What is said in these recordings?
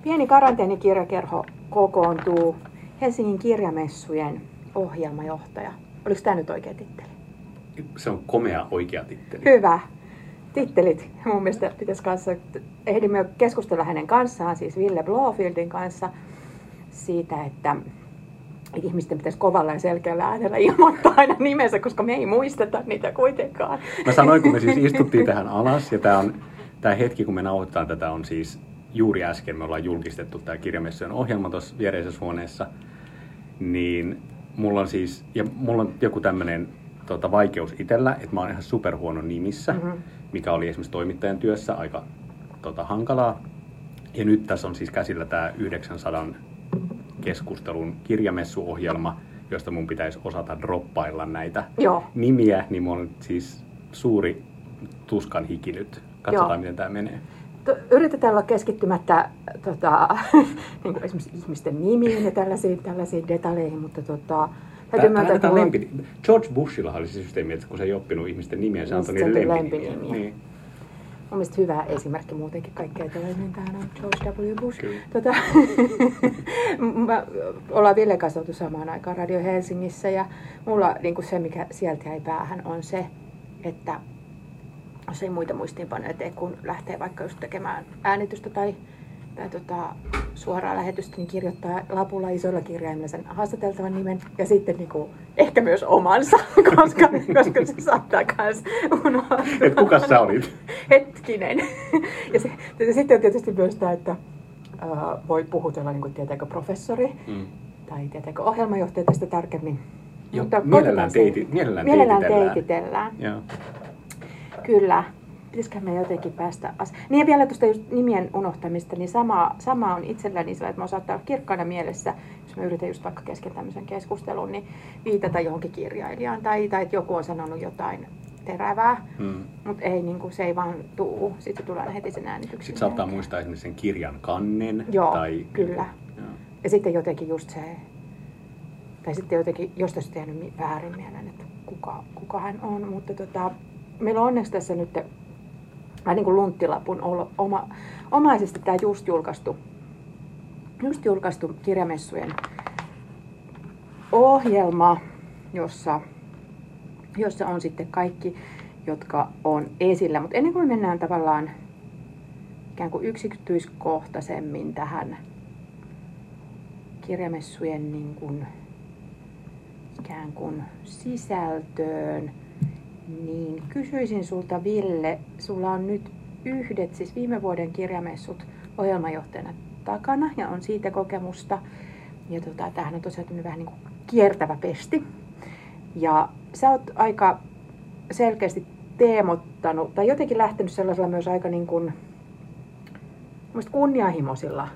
Pieni karanteenikirjakerho kokoontuu. Helsingin kirjamessujen ohjelmajohtaja. Oliko tämä nyt oikea titteli? Se on komea oikea titteli. Hyvä. Tittelit. Mun mielestä pitäisi kanssa, ehdimme keskustella hänen kanssaan, siis Ville Blåfieldin kanssa, siitä, että ihmisten pitäisi kovalla ja selkeällä äänellä ilmoittaa aina nimensä, koska me ei muisteta niitä kuitenkaan. Mä sanoin, kun me siis istuttiin tähän alas, ja tämä hetki, kun me nauhoitetaan tätä, on siis juuri äsken. Me ollaan julkistettu tämä kirjamessujen ohjelma tuossa viereisessä huoneessa. Niin mulla on joku tämmöinen vaikeus itsellä, että mä oon ihan superhuono nimissä, mikä oli esimerkiksi toimittajan työssä aika hankalaa. Ja nyt tässä on siis käsillä tämä 900 keskustelun kirjamessuohjelma, josta mun pitäisi osata droppailla näitä nimiä, niin mulla on siis suuri tuskan hiki nyt. Katsotaan, miten tämä menee. Yritetään olla keskittymättä niin kuin esimerkiksi ihmisten nimiin ja tällaisiin detaljeihin, mutta täytyy myöntää, että George Bushilla oli se systeemi, että kun se ei oppinut ihmisten nimiä, se antoi niille lempinimiä. Niin. Mun mielestä hyvä esimerkki muutenkin kaikkea tällainen. Tämähän on George W. Bush. Ollaan Villen kanssa oltu samaan aikaan Radio Helsingissä ja mulla niin kuin se, mikä sieltä jäi päähän, on se, että jos ei muita muistiinpanoja tee, kun lähtee vaikka just tekemään äänitystä tai suoraa lähetystä, niin kirjoittaa lapulla isoilla kirjaimilla sen haastateltavan nimen ja sitten niin kuin, ehkä myös omansa, koska se saattaa myös unohtua. Et kuka sä olit? Hetkinen. Ja sitten on tietysti myös tämä, että voi puhutella, niin kuin tietääkö professori tai tietääkö ohjelmajohtaja tästä tarkemmin. Jo, mutta mielellään teititellään. Joo. Kyllä. Pitäisikö me jotenkin päästä Niin ja vielä tuosta just nimien unohtamista, niin sama on itselläni sillä, että mä osaan ottaa kirkkaana mielessä, jos mä yritän just vaikka kesken tämmöisen keskustelun, niin viitata johonkin kirjailijaan tai että joku on sanonut jotain terävää, mutta ei, niin kuin, se ei vaan tuu. Sitten se tulee heti sen äänityksen. Sitten saattaa muistaa esimerkiksi sen kirjan kannen. Joo, tai, kyllä. Ja sitten jotenkin just se, tai sitten jotenkin, jos tässä on tehnyt väärin mieleen, että kuka hän on, mutta meillä on onneksi tässä nyt vähän niin kuin lunttilapun omaisesti tämä just julkaistu kirjamessujen ohjelma, jossa on sitten kaikki, jotka on esillä. Mutta ennen kuin me mennään tavallaan ikään kuin yksityiskohtaisemmin tähän kirjamessujen niin kuin, ikään kuin sisältöön, niin kysyisin sulta, Ville, sulla on nyt yhdet, siis viime vuoden kirjamessut ohjelmajohtajana takana ja on siitä kokemusta. Ja tämähän on tosiaan vähän niin kuin kiertävä pesti. Ja sä oot aika selkeästi teemottanut, tai jotenkin lähtenyt sellaisella myös aika niin kuin kunnianhimoisilla,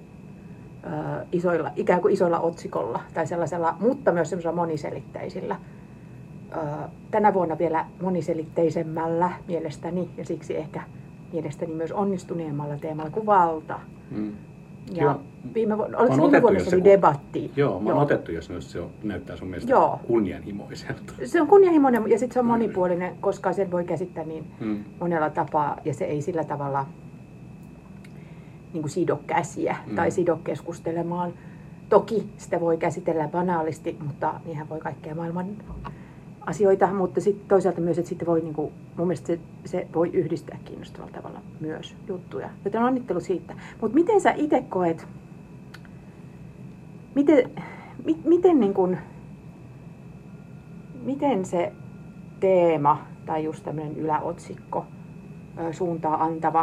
ikään kuin isoilla otsikolla tai sellaisella, mutta myös sellaisella moniselitteisillä. Tänä vuonna vielä moniselitteisemmällä mielestäni ja siksi ehkä mielestäni myös onnistuneemmalla teemalla kuin valta. Ja viime vuonna se oli debatti. Joo, mä oon otettu, jos se näyttää sun mielestä kunnianhimoiselta. Se on kunnianhimoinen ja sitten se on monipuolinen, koska sen voi käsittää niin monella tapaa ja se ei sillä tavalla niin kuin sido käsiä tai sido keskustelemaan. Toki sitä voi käsitellä banaalisti, mutta niinhän voi kaikkea maailman asioita, mutta sitten toisaalta myös, että sitten voi, niin kuin, mun mielestä se voi yhdistää kiinnostavalla tavalla myös juttuja. Joten onnittelu siitä. Mutta miten sä itse koet, miten se teema tai just tämmöinen yläotsikko, suuntaa antava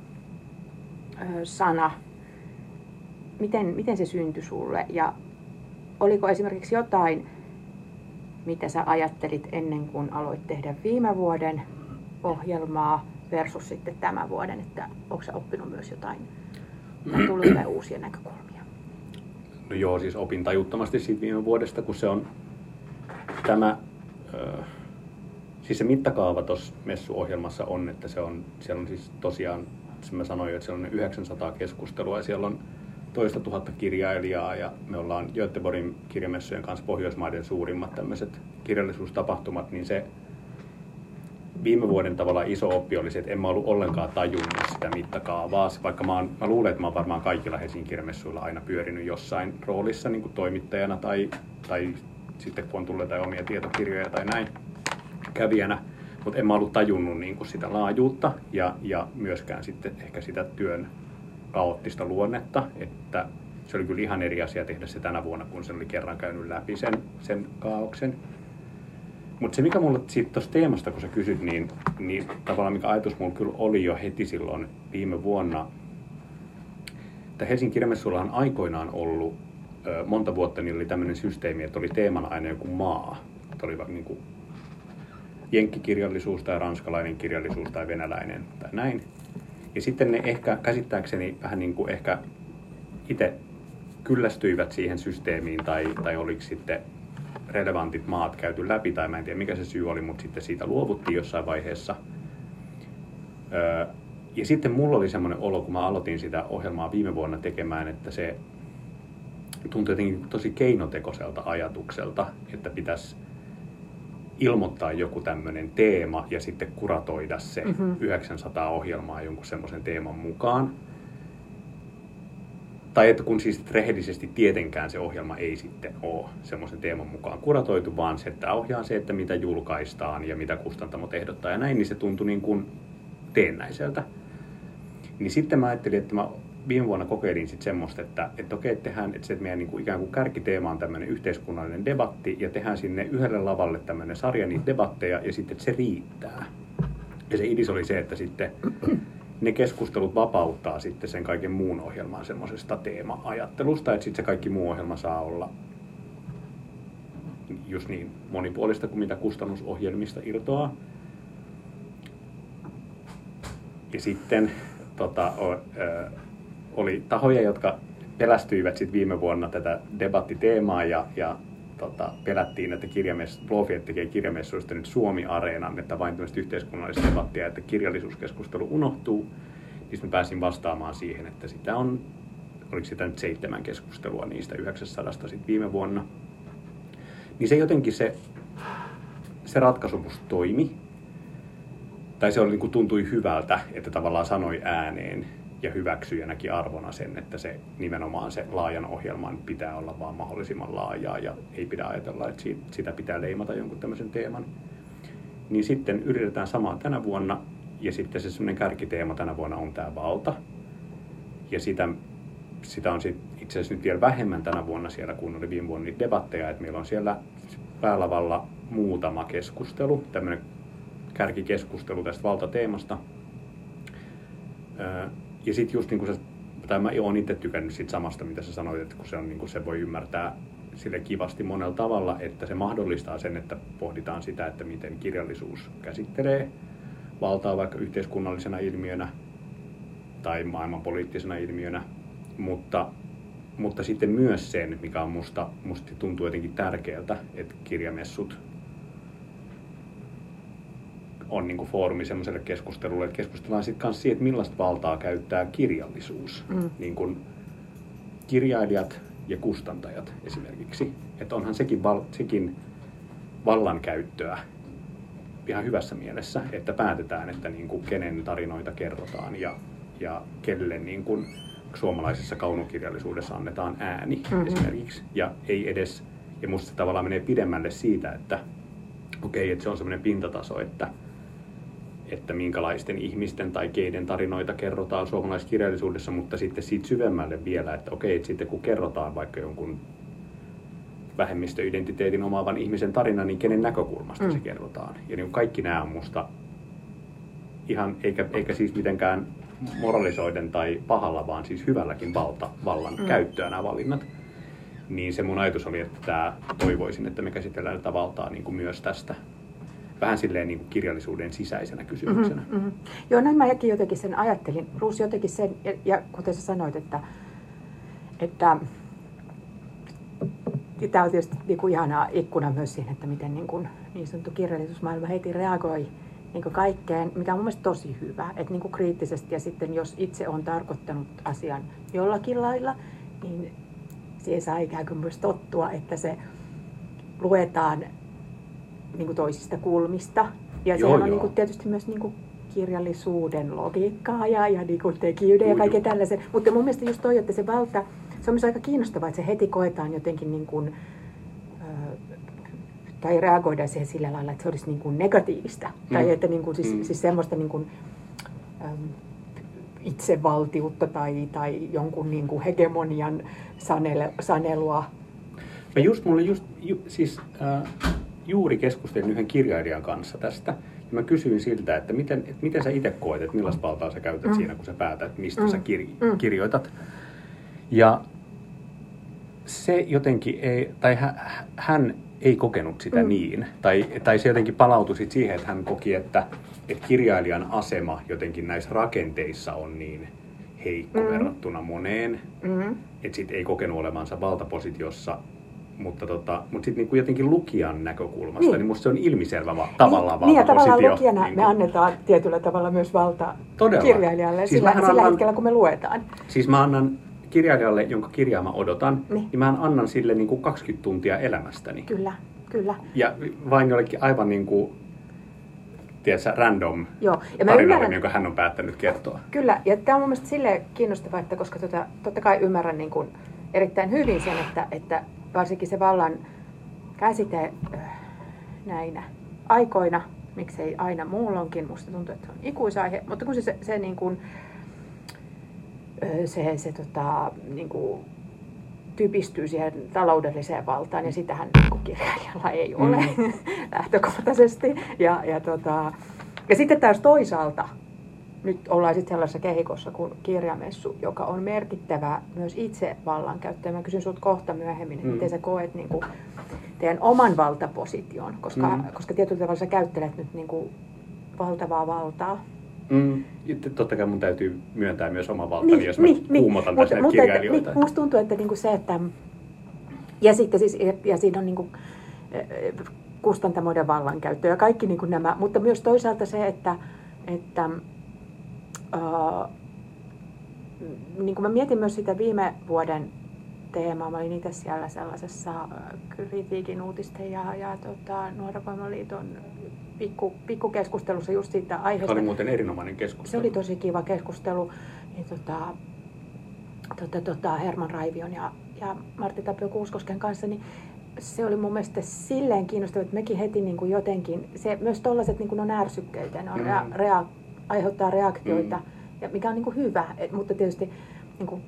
sana, miten se syntyi sulle ja oliko esimerkiksi jotain, mitä sä ajattelit ennen kuin aloit tehdä viime vuoden ohjelmaa versus sitten tämän vuoden, että onko sä oppinut myös jotain tai tullut jotain uusia näkökulmia? No joo, siis opin tajuttomasti siitä viime vuodesta, kun se on tämä, siis se mittakaava tuossa messuohjelmassa on, että siellä on siis tosiaan, mä sanoin jo, että siellä on 900 keskustelua ja siellä on 2 000 kirjailijaa ja me ollaan Göteborgin kirjamessujen kanssa Pohjoismaiden suurimmat tämmöiset kirjallisuustapahtumat, niin se viime vuoden tavallaan iso oppi oli se, että en mä ollut ollenkaan tajunnut sitä mittakaavaa. Vaikka mä luulen, että mä oon varmaan kaikilla Helsingin kirjamessuilla aina pyörinyt jossain roolissa niin kuin toimittajana tai sitten kun on tullut jotain omia tietokirjoja tai näin kävijänä. Mutta en mä ollut tajunnut niin kuin sitä laajuutta ja myöskään sitten ehkä sitä työn kaoottista luonnetta. Että se oli kyllä ihan eri asia tehdä se tänä vuonna, kun se oli kerran käynyt läpi sen kaaoksen. Mutta se mikä mulla siitä tuosta teemasta, kun sä kysyt, niin tavallaan mikä ajatus mulla kyllä oli jo heti silloin viime vuonna, että Helsingin kirjamessuilla on aikoinaan ollut monta vuotta, niin oli tämmöinen systeemi, että oli teemana aina joku maa. Että oli vaikka niin kuin jenkkikirjallisuus tai ranskalainen kirjallisuus tai venäläinen tai näin. Ja sitten ne ehkä käsittääkseni vähän niin kuin ehkä itse kyllästyivät siihen systeemiin tai oliko sitten relevantit maat käyty läpi, tai mä en tiedä mikä se syy oli, mutta sitten siitä luovuttiin jossain vaiheessa. Ja sitten mulla oli semmoinen olo, kun mä aloitin sitä ohjelmaa viime vuonna tekemään, että se tuntui jotenkin tosi keinotekoiselta ajatukselta, että pitäisi ilmoittaa joku tämmöinen teema ja sitten kuratoida se 900 ohjelmaa jonkun semmoisen teeman mukaan. Tai että kun siis rehellisesti tietenkään se ohjelma ei sitten ole semmoisen teeman mukaan kuratoitu, vaan se, että ohjaa se, että mitä julkaistaan ja mitä kustantamot ehdottaa ja näin, niin se tuntui niin kuin teennäiseltä. Niin sitten mä ajattelin, että mä viime vuonna kokeilin sitten semmoista, että okei, tehdään, että se, että meidän niin kuin ikään kuin kärkiteema on tämmöinen yhteiskunnallinen debatti ja tehdään sinne yhdelle lavalle tämmöinen sarja niitä debatteja ja sitten että se riittää. Ja se idis oli se, että sitten ne keskustelut vapauttaa sitten sen kaiken muun ohjelman semmoisesta teema-ajattelusta, että sitten se kaikki muu ohjelma saa olla just niin monipuolista kuin mitä kustannusohjelmista irtoaa. Ja sitten oli tahoja, jotka pelästyivät sitten viime vuonna tätä debattiteemaa ja pelättiin, että Blåfjell tekee kirjamessuista nyt Suomi-areenan, että vain tämmöistä yhteiskunnallista debattia, että kirjallisuuskeskustelu unohtuu. Niin mä pääsin vastaamaan siihen, että sitä on, oliko sitä nyt 7 keskustelua niistä 900 sitten viime vuonna. Niin se jotenkin se ratkaisu musta toimi. Tai se oli, niin kuin tuntui hyvältä, että tavallaan sanoi ääneen ja hyväksyi ja näki arvona sen, että se nimenomaan se laajan ohjelman pitää olla vaan mahdollisimman laajaa ja ei pidä ajatella, että sitä pitää leimata jonkun tämmöisen teeman. Niin sitten yritetään samaa tänä vuonna ja sitten se semmoinen kärkiteema tänä vuonna on tämä valta. Ja sitä on itse asiassa nyt vielä vähemmän tänä vuonna siellä, kun oli viime vuonna niitä debatteja, että meillä on siellä päälavalla muutama keskustelu, tämmöinen kärkikeskustelu tästä valtateemasta. Ja sitten just niin kuin mä oon itse tykännyt siitä samasta, mitä sä sanoit, että kun se on niin kuin se voi ymmärtää sille kivasti monella tavalla, että se mahdollistaa sen, että pohditaan sitä, että miten kirjallisuus käsittelee valtaa vaikka yhteiskunnallisena ilmiönä tai maailmanpoliittisena ilmiönä, mutta sitten myös sen, mikä on musta tuntuu jotenkin tärkeältä, että kirjamessut on niin kuin foorumi semmoiselle keskustelulle, että keskustellaan sitten kanssa siitä, että millaista valtaa käyttää kirjallisuus. Niin kuin kirjailijat ja kustantajat esimerkiksi. Että onhan sekin vallankäyttöä ihan hyvässä mielessä, että päätetään, että niin kuin kenen tarinoita kerrotaan ja kelle niin kuin suomalaisessa kaunokirjallisuudessa annetaan ääni esimerkiksi. Ja ei edes, ja musta se tavallaan menee pidemmälle siitä, että okei, että se on semmoinen pintataso, että minkälaisten ihmisten tai keiden tarinoita kerrotaan suomalaiskirjallisuudessa, mutta sitten siitä syvemmälle vielä, että okei, että sitten kun kerrotaan vaikka jonkun vähemmistöidentiteetin omaavan ihmisen tarina, niin kenen näkökulmasta se kerrotaan. Ja niin kaikki nämä on musta ihan, eikä siis mitenkään moralisoiden tai pahalla, vaan siis hyvälläkin vallan käyttöä nämä valinnat. Niin se mun ajatus oli, että toivoisin, että me käsitellään tätä valtaa niin kuin myös tästä. Vähän silleen niin kuin kirjallisuuden sisäisenä kysymyksenä. Joo, näin mäkin jotenkin sen ajattelin. Ruus jotenkin sen, ja kuten sä sanoit, että tämä on tietysti niin kuin ihana ikkuna myös siihen, että miten niin sanottu kirjallisuusmaailma heti reagoi niin kuin kaikkeen, mikä on mun mielestä tosi hyvä. Että niin kuin kriittisesti ja sitten jos itse on tarkoittanut asian jollakin lailla, niin siihen saa ikään kuin myös tottua, että se luetaan niin kuin toisista kulmista Ja sehän on niin kuin tietysti myös niin kuin kirjallisuuden logiikkaa ja niin kuin tekijyyden ja kaiken tällaisen. Mutta mun mielestä just toi, että se valta, se on myös aika kiinnostavaa, että se heti koetaan jotenkin niin kuin, tai reagoidaan siihen sillä lailla, että se olisi niin kuin negatiivista. Tai että niin kuin, siis semmoista niin kuin, itsevaltiutta tai jonkun niin kuin hegemonian sanelua. Juuri keskustelin yhden kirjailijan kanssa tästä. Ja mä kysyin siltä, että miten sä itse koet, että millaista valtaa sä käytät siinä, kun sä päätät, mistä sä kirjoitat. Ja se jotenkin ei, tai hän ei kokenut sitä niin. Tai se jotenkin palautui siihen, että hän koki, että kirjailijan asema jotenkin näissä rakenteissa on niin heikko verrattuna moneen. Että sit ei kokenut olevansa valtapositiossa. Mutta sitten niinku jotenkin lukijan näkökulmasta, niin musta se on ilmiselvä tavallaan valtapositio. Niin, ja tavallaan lukijana me annetaan tietyllä tavalla myös valta kirjailijalle siis sillä hetkellä, kun me luetaan. Siis mä annan kirjailijalle, jonka kirjaa mä odotan, niin mä annan sille niinku 20 tuntia elämästäni. Kyllä. Ja vain jollekin aivan niinku, tiedätkö, random ja tarinalle, jonka hän on päättänyt kertoa. Kyllä, ja tämä on mun mielestä silleen kiinnostavaa, että koska totta kai ymmärrän niin kuin erittäin hyvin sen, että varsinkin se vallan käsite näinä aikoina, miksei aina muulloinkin, musta tuntuu, että se on ikuisaihe, mutta kun se niin kuin, niin kuin typistyy siihen taloudelliseen valtaan, ja sitähän niin kirjailijalla ei ole lähtökohtaisesti. Ja sitten taas toisaalta, nyt ollaan sitten sellaisessa kehikossa kuin kirjamessu, joka on merkittävä myös itse vallankäyttö. Mä kysyn sulta kohta myöhemmin, että miten sä koet niin kuin teidän oman valtaposition, koska tietyllä tavalla sä käyttelet nyt niin kuin valtavaa valtaa. Totta kai mun täytyy myöntää myös oma valtani, jos mä kuumotan tässä näitä kirjailijoita. Musta tuntuu, että niinku se, että ja sitten siis, ja siinä on niinku kustantamoiden vallankäyttö ja kaikki niinku nämä, mutta myös toisaalta se, että niin kuin mä mietin myös sitä viime vuoden teemaa. Mä olin itse siellä sellaisessa kritiikin uutisten ja Nuoren Voimaliiton pikkukeskustelussa just siitä aiheesta. Se oli muuten erinomainen keskustelu. Se oli tosi kiva keskustelu. Niin, Herman Raivion ja Martti Tapio Kuuskosken kanssa, niin se oli mun mielestä silleen kiinnostavaa, että mekin heti niin kuin jotenkin, se, myös tollaiset niin kuin on ärsykkeitä, ne on aiheuttaa reaktioita, ja mikä on niin kuin hyvä, mutta tietysti niin kuin,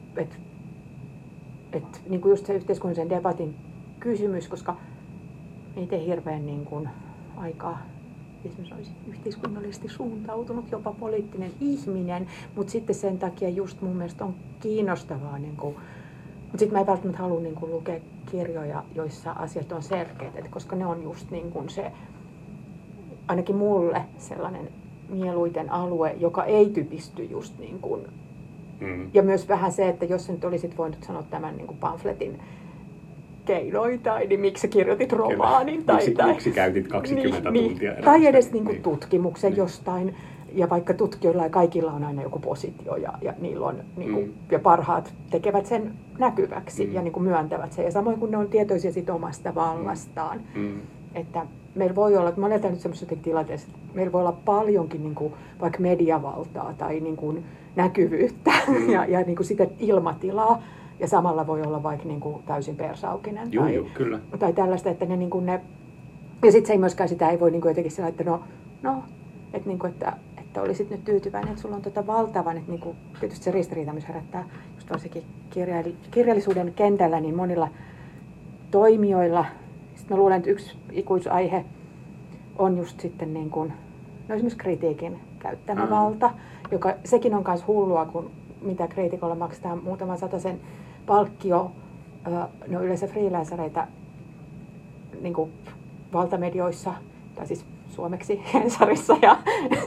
niin kuin just se yhteiskunnallisen debatin kysymys, koska itse hirveän niin kuin aika esimerkiksi yhteiskunnallisesti suuntautunut, jopa poliittinen ihminen, mutta sitten sen takia just mun mielestä on kiinnostavaa, niin kuin, mutta sitten mä en välttämättä halua niin kuin lukea kirjoja, joissa asiat on selkeät, koska ne on just niin kuin se, ainakin mulle sellainen mieluiten alue, joka ei typisty just niin kuin, ja myös vähän se, että jos sä nyt olisit voinut sanoa tämän niin kuin pamfletin keinoita, niin miksi sä kirjoitit romaanin? Miksi käytit 20 tuntia? Tai edes niin kuin tutkimuksen jostain, ja vaikka tutkijoilla ja kaikilla on aina joku positio, ja niillä on, niin kuin, ja parhaat tekevät sen näkyväksi ja niin kuin myöntävät sen. Ja samoin kuin ne on tietoisia siitä omasta vallastaan. Että meillä voi olla, mä olen nyt sellaisessa tilanteessa, että meillä voi olla paljonkin niin kuin, vaikka mediavaltaa tai niin kuin, näkyvyyttä ja niin kuin sitä ilmatilaa. Ja samalla voi olla vaikka niin kuin täysin persaukinen tai tällaista, että ne, niin kuin ne ja sitten se ei myöskään sitä ei voi niin kuin jotenkin sillä, että että, niin kuin, että olisit nyt tyytyväinen, että sulla on valtavan, että niin kuin, tietysti se ristiriita, missä herättää just varsinkin kirjallisuuden kentällä niin monilla toimijoilla. Sitten mä luulen, että yksi ikuisaihe on just sitten niin kuin, esimerkiksi kritiikin käyttämä valta, joka sekin on myös hullua, kun mitä kriitikolle maksetaan muutaman satasen palkkio. Ne on yleensä freelancereita niin kuin valtamedioissa, tai siis suomeksi Hesarissa ja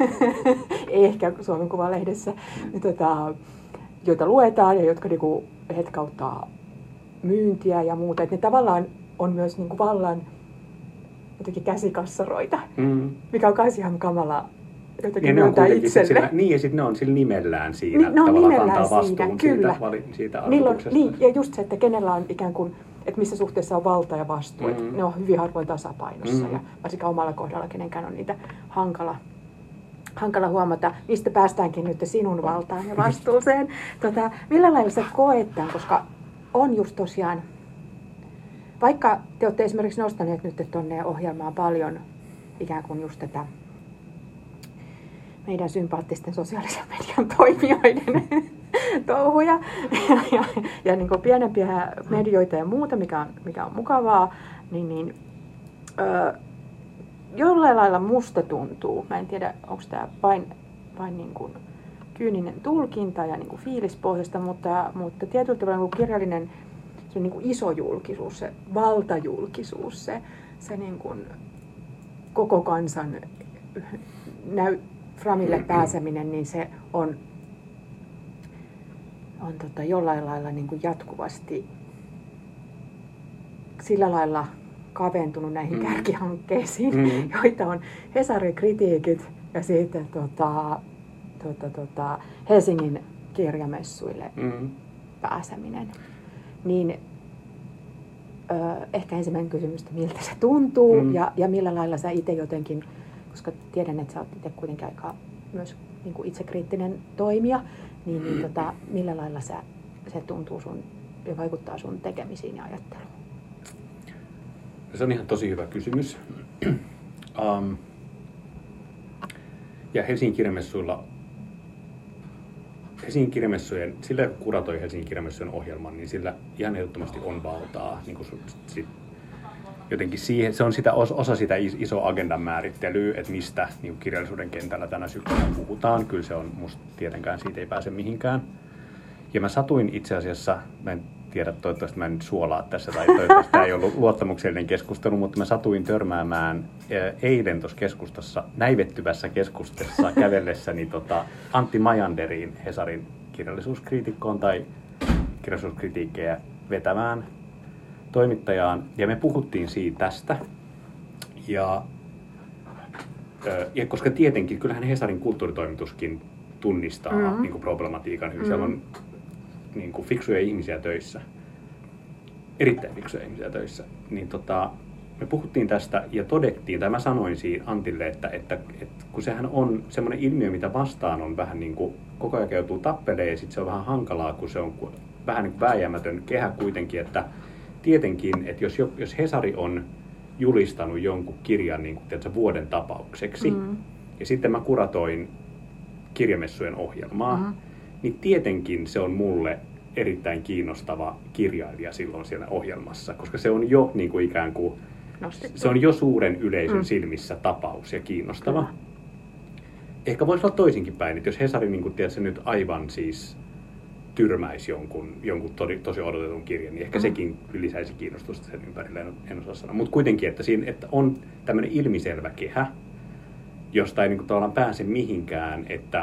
ehkä Suomen Kuvalehdessä, joita luetaan ja jotka niin kuin hetkauttaa myyntiä ja muuta. Et ne tavallaan on myös niin kuin vallan jotenkin käsikassaroita, mikä on myös ihan kamalaa. Jotenkin myöntää itselle. Ja sitten ne on sillä nimellään siinä. Ne on nimellään kantaa siinä, vastuun kyllä. siitä arvotuksesta. Niin, ja just se, että kenellä on ikään kuin että missä suhteessa on valta ja vastuu. Että ne on hyvin harvoin tasapainossa ja varsinkaan omalla kohdalla kenenkään on niitä hankala huomata. Niistä päästäänkin nyt sinun valtaan ja vastuuseen. Millä lailla sä koet tämän, koska on just tosiaan, vaikka te olette esimerkiksi nostaneet nyt tuonne ohjelmaan paljon ikään kuin just tätä meidän sympaattisten sosiaalisen median toimijoiden touhuja ja niin kuin pienempiä medioita ja muuta, mikä on mukavaa, niin jollain lailla musta tuntuu, mä en tiedä onko tämä vain niin kuin kyyninen tulkinta ja niin kuin fiilispohjasta, mutta tietyllä tavalla niin kuin kirjallinen se niin kuin iso julkisuus, se valtajulkisuus, se niin kuin koko kansan framille pääseminen, niin se on jollain lailla niin kuin jatkuvasti sillä lailla kaventunut näihin kärkihankkeisiin, joita on Hesarin kritiikit ja sitten Helsingin kirjamessuille pääseminen. Niin ehkä ensimmäinen kysymys, miltä se tuntuu ja millä lailla sä itse jotenkin, koska tiedän, että sä oot itse kuitenkin aika myös niin kuin itsekriittinen toimija, niin millä lailla se tuntuu sun ja vaikuttaa sun tekemisiin ja ajatteluun? Se on ihan tosi hyvä kysymys. Ja Helsingin kirjamessujen, sillä kun kuratoi Helsingin kirjamessujen ohjelman, niin sillä ihan ehdottomasti on valtaa. Niin jotenkin siihen, se on osa sitä iso agendan määrittelyä, että mistä niin kirjallisuuden kentällä tänä syksynä puhutaan. Kyllä se on, musta tietenkään siitä ei pääse mihinkään. Ja mä satuin itse asiassa, mä en tiedä, toivottavasti mä en nyt suolaa tässä, tai toivottavasti tämä ei ollut luottamuksellinen keskustelu, mutta mä satuin törmäämään eilen tuossa keskustassa, näivettyvässä keskustassa kävellessäni Antti Majanderiin, Hesarin kirjallisuuskriitikkoon tai kirjallisuuskritiikkejä vetämään toimittajaan, ja me puhuttiin tästä. Ja koska tietenkin, kyllähän Hesarin kulttuuritoimituskin tunnistaa niin kuin problematiikan hyvin. Siellä on niin kuin fiksuja ihmisiä töissä, erittäin fiksuja ihmisiä töissä. Niin me puhuttiin tästä ja todettiin, tai mä sanoin siinä Antille, että kun sehän on semmoinen ilmiö, mitä vastaan on vähän niin kuin koko ajan joutuu tappelemaan, ja sitten se on vähän hankalaa, kun se on vähän niin kuin vääjäämätön kehä kuitenkin, että tietenkin, että jos Hesari on julistanut jonkun kirjan niin kuin, vuoden tapaukseksi, ja sitten mä kuratoin kirjamessujen ohjelmaa, niin tietenkin se on mulle erittäin kiinnostava kirjailija silloin siellä ohjelmassa, koska se on jo niin kuin ikään kuin, se on jo suuren yleisön silmissä tapaus ja kiinnostava. Ehkä voisi olla toisinkin päin, että jos Hesari niin kuin, tiedätkö, nyt aivan siis tyrmäisi jonkun tosi odotetun kirjan, niin ehkä sekin lisäisi kiinnostusta sen ympärillä, en osaa sanoa. Mutta kuitenkin, että on tämmöinen ilmiselvä kehä, josta ei niin kuin, tavallaan pääse mihinkään, että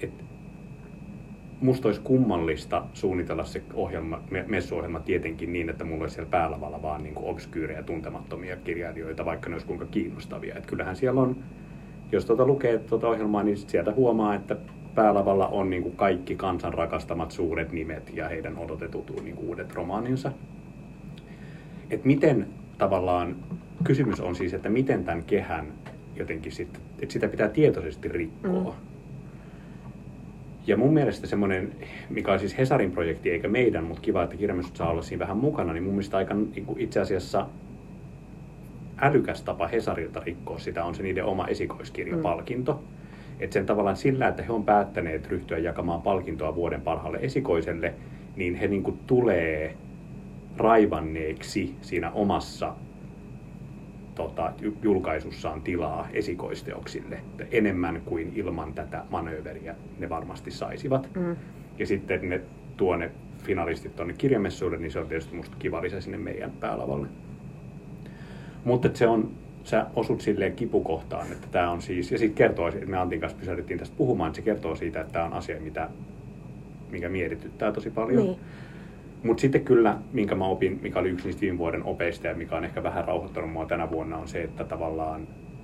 musta olisi kummallista suunnitella se messuohjelma tietenkin niin, että mulla olisi siellä päälavalla vaan niin kuin obskyyrejä, tuntemattomia kirjailijoita, vaikka ne olisi kuinka kiinnostavia. Et kyllähän siellä on, jos lukee ohjelmaa, niin sieltä huomaa, että päälavalla on niin kuin kaikki kansan rakastamat suuret nimet ja heidän odotetut niin kuin uudet romaaninsa. Et miten tavallaan, kysymys on siis, että miten tämän kehän jotenkin sitten, että sitä pitää tietoisesti rikkoa. Ja mun mielestä semmoinen, mikä on siis Hesarin projekti eikä meidän, mutta kiva, että kirjamessut saa olla siinä vähän mukana, niin mun mielestä aika itse asiassa älykäs tapa Hesarilta rikkoa sitä on se niiden oma esikoiskirjapalkinto. Että sen tavallaan sillä, että he on päättäneet ryhtyä jakamaan palkintoa vuoden parhaalle esikoiselle, niin he niin kuin tulee raivanneeksi siinä omassa julkaisussaan tilaa esikoisteoksille enemmän kuin ilman tätä manööveriä ne varmasti saisivat. Ja sitten ne tuo ne finalistit tuonne kirjamessuille, niin se on tietysti musta kiva lisä sinne meidän päälavalle. Mutta sä osut silleen kipukohtaan, että tämä on siis, ja sitten kertoo, että me Antin kanssa pysähdyttiin tästä puhumaan, että se kertoo siitä, että tämä on asia, mikä mietityttää tosi paljon. Niin. Mutta sitten kyllä, minkä mä opin, mikä oli yksi niistä viime vuoden opeista ja mikä on ehkä vähän rauhoittanut mua tänä vuonna, on se, että tavallaan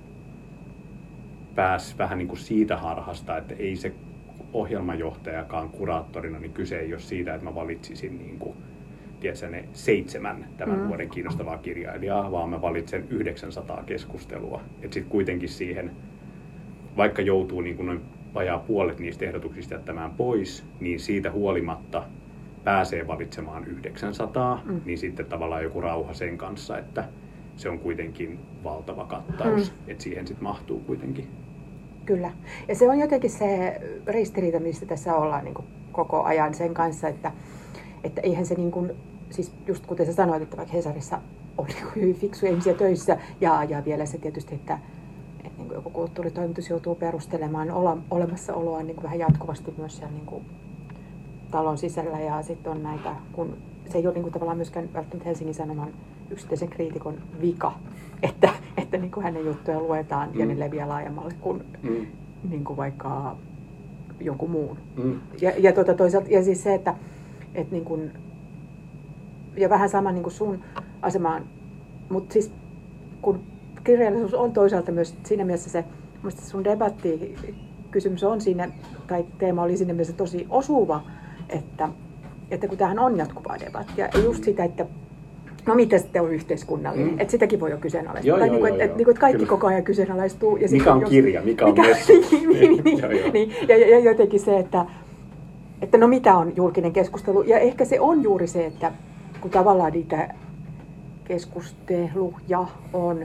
pääsi vähän niin kuin siitä harhasta, että ei se ohjelmajohtajakaan kuraattorina, niin kyse ei ole siitä, että mä valitsisin niin kuin tiedätkö, ne 7 tämän vuoden kiinnostavaa kirjailijaa, vaan mä valitsen 900 keskustelua. Että sitten kuitenkin siihen, vaikka joutuu niin kuin noin vajaa puolet niistä ehdotuksista jättämään pois, niin siitä huolimatta pääsee valitsemaan 900, niin sitten tavallaan joku rauha sen kanssa, että se on kuitenkin valtava kattaus, että siihen sitten mahtuu kuitenkin. Kyllä. Ja se on jotenkin se ristiriita, mistä tässä ollaan niin kuin koko ajan sen kanssa, että eihän se niin kuin, siis just kuten sä sanoit, että vaikka Hesarissa on niin kuin hyvin fiksuja ihmisiä töissä ja vielä se tietysti, että niin kuin joku kulttuuritoimitus joutuu perustelemaan olemassaoloa niin kuin vähän jatkuvasti myös siellä niin kuin talon sisällä ja sitten on näitä, kun se ei ole niin kuin tavallaan myöskään välttämättä Helsingin Sanoman yksittäisen kriitikon vika, että niin kuin hänen juttuja luetaan ja ne leviää laajemmalle kuin, niin kuin vaikka jonkun muun. Ja toisaalta, ja siis se, että niin kuin, ja vähän sama niin kuin sun asemaan, mutta siis kun kirjallisuus on toisaalta myös siinä mielessä se, musta sun debattikysymys on siinä, tai teema oli siinä mielessä tosi osuva, että kun tämähän on jatkuvaa debattia, ja just sitä, että no mitä sitten on yhteiskunnallinen, että sitäkin voi jo kyseenalaistaa. Että kaikki koko ajan kyseenalaistuu. Ja mikä on kirja, mikä on messu. Ja jotenkin se, että no mitä on julkinen keskustelu. Ja ehkä se on juuri se, että kun tavallaan niitä keskusteluja on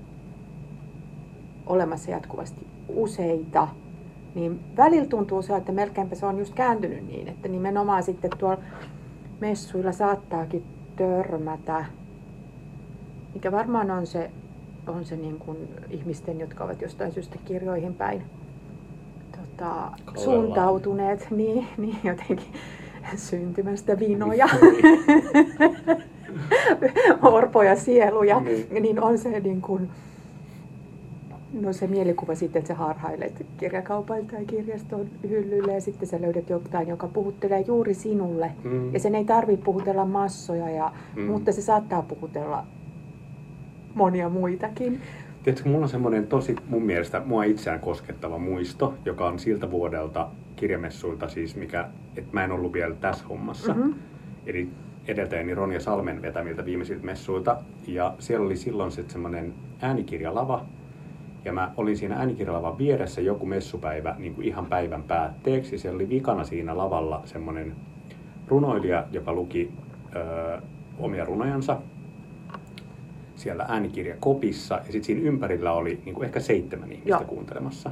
olemassa jatkuvasti useita, niin välillä tuntuu se, että melkeinpä se on just kääntynyt niin, että nimenomaan sitten tuolla messuilla saattaakin törmätä, mikä varmaan on se niin kuin ihmisten, jotka ovat jostain syystä kirjoihin päin suuntautuneet, niin jotenkin syntymästä vinoja, orpoja sieluja, niin on se niin kuin, no se mielikuva sitten, että sä harhailet kirjakaupan tai kirjaston hyllylle ja sitten sä löydät jotain, joka puhuttelee juuri sinulle. Ja sen ei tarvitse puhutella massoja, mutta se saattaa puhutella monia muitakin. Tiedätkö, mulla on semmoinen tosi mun mielestä mua itseään koskettava muisto, joka on siltä vuodelta kirjamessuilta siis, että mä en ollut vielä tässä hommassa. Eli edeltäjäni Ronja Salmen vetämiltä viimeisiltä messuilta. Ja siellä oli silloin semmoinen äänikirjalava. Ja mä olin siinä äänikirjalavan vieressä joku messupäivä niin kuin ihan päivän päätteeksi. Siellä oli vikana siinä lavalla semmoinen runoilija, joka luki omia runojansa siellä äänikirjakopissa. Ja sitten siinä ympärillä oli niin kuin ehkä 7 ihmistä kuuntelemassa.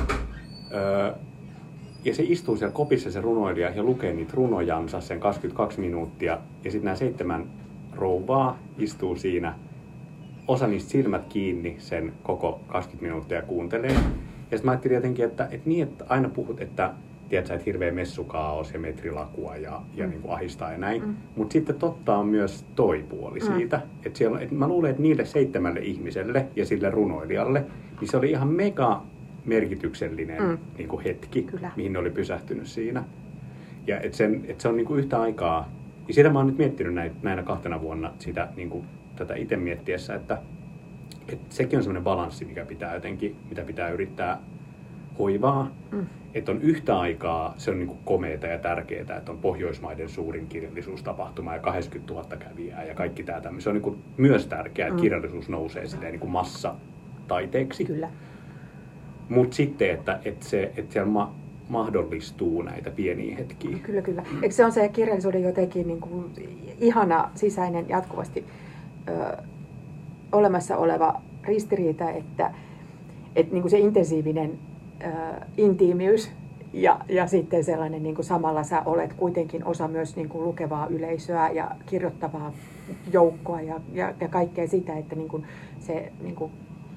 Ja se istuu siellä kopissa se runoilija ja lukee niitä runojansa sen 22 minuuttia. Ja sitten nämä 7 rouvaa istuu siinä. Osa niistä silmät kiinni sen koko 20 minuuttia ja kuuntelee. Ja sitten mä ajattelin jotenkin, että aina puhut, että tiedätkö, että hirveä messukaos ja metrilakua ja niin kuin ahistaa ja näin. Mutta sitten totta on myös toi puoli siitä. Että mä luulen, että niille 7 ihmiselle ja sille runoilijalle, niin se oli ihan mega merkityksellinen niin kuin hetki, mihin ne oli pysähtynyt siinä. Ja että se on niin kuin yhtä aikaa, ja sitä mä oon nyt miettinyt näinä 2 vuonna sitä niin kuin tätä itse miettiessä, että sekin on semmoinen balanssi, mitä pitää yrittää hoivaa. Että on yhtä aikaa, se on niin kuin komeeta ja tärkeää, että on Pohjoismaiden suurin kirjallisuustapahtuma ja 80 000 kävijää ja kaikki tämä tämmöinen. Se on niin kuin myös tärkeää, että kirjallisuus nousee silleen niin kuin massataiteeksi. Kyllä. Mutta sitten, että siellä mahdollistuu näitä pieniä hetkiä. Kyllä. Eikö se on se kirjallisuuden jotenkin niin kuin ihana sisäinen jatkuvasti olemassa oleva ristiriita, että niin kuin se intensiivinen intiimiys ja sitten sellainen niin kuin samalla sä olet kuitenkin osa myös niin kuin lukevaa yleisöä ja kirjoittavaa joukkoa ja kaikkea sitä, että niin kuin se niin kuin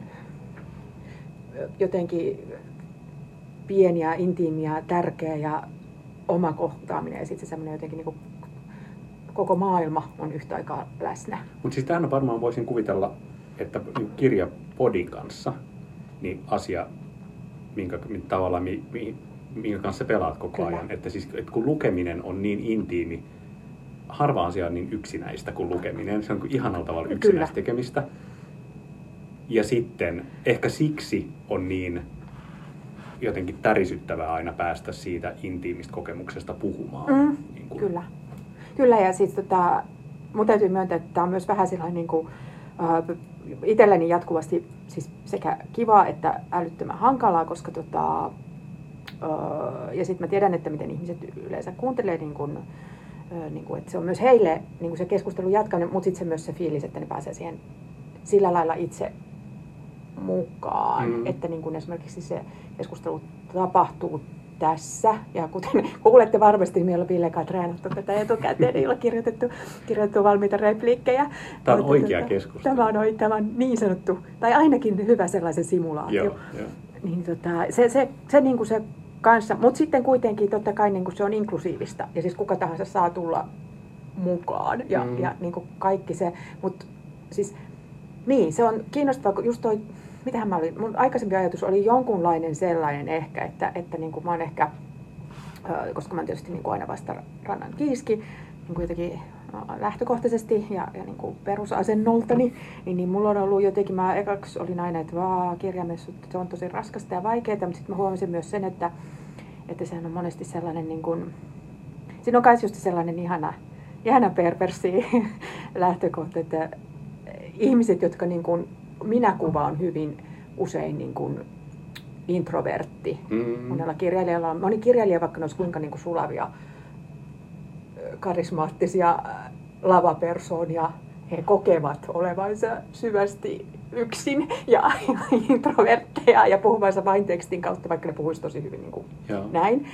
jotenkin pieni ja intiimi ja tärkeä ja oma kohtaaminen ja sitten se semmoinen jotenkin niin kuin koko maailma on yhtä aikaa läsnä. Mutta siis tämän varmaan voisin kuvitella, että kirjapodin kanssa niin asia, minkä kanssa pelaat koko ajan. Että siis, että kun lukeminen on niin intiimi, harva asia on niin yksinäistä kuin lukeminen. Se on ihanalla tavalla yksinäistä tekemistä. Ja sitten ehkä siksi on niin jotenkin tärisyttävää aina päästä siitä intiimistä kokemuksesta puhumaan. Kyllä, ja siis mun täytyy myöntää, että tämä on myös vähän sellainen niin kuin, itselleni jatkuvasti siis sekä kivaa että älyttömän hankalaa, koska ja sitten mä tiedän, että miten ihmiset yleensä kuuntelee, niin kuin, että se on myös heille niin kuin se keskustelun jatkaminen, mutta sitten se myös se fiilis, että ne pääsee siihen sillä lailla itse mukaan, että niin kuin esimerkiksi se keskustelu tapahtuu tässä, ja kuten kuulette varmasti, niin meillä on Ville kanssa treenattu tätä etukäteen, niin on kirjoitettu valmiita repliikkejä. Tämä on oikea keskustelu. Tämä on niin sanottu, tai ainakin hyvä sellaisen simulaatio. Joo. Niin se niin kuin se kanssa, mutta sitten kuitenkin totta kai niin kuin se on inklusiivista, ja siis kuka tahansa saa tulla mukaan, ja niin kuin kaikki se, mutta siis niin, se on kiinnostavaa, kun just toi, mitähän mä olin, mun aikaisempi ajatus oli jonkunlainen sellainen ehkä, että niin kuin mä oon ehkä, koska mä oon tietysti niin kuin aina vasta rannan kiiski, niin kuin jotenkin lähtökohtaisesti ja niin kuin perusasennoltani, niin mulla on ollut jotenkin, mä ekaksi olin aina, että kirjamessut, se on tosi raskasta ja vaikeaa, mutta sitten mä huomasin myös sen, että sehän on monesti sellainen, niin kuin, siinä on myös just sellainen ihana perversi lähtökohta, että ihmiset, jotka niin kuin minä kuvaan hyvin usein niin kuin introvertti. Monella kirjailijalla, moni kirjailija, vaikka ne olisi kuinka niin kuin sulavia, karismaattisia lavapersoonia, he kokevat olevansa syvästi yksin ja introvertteja ja puhuvansa vain tekstin kautta, vaikka ne puhuisi tosi hyvin niin kuin näin.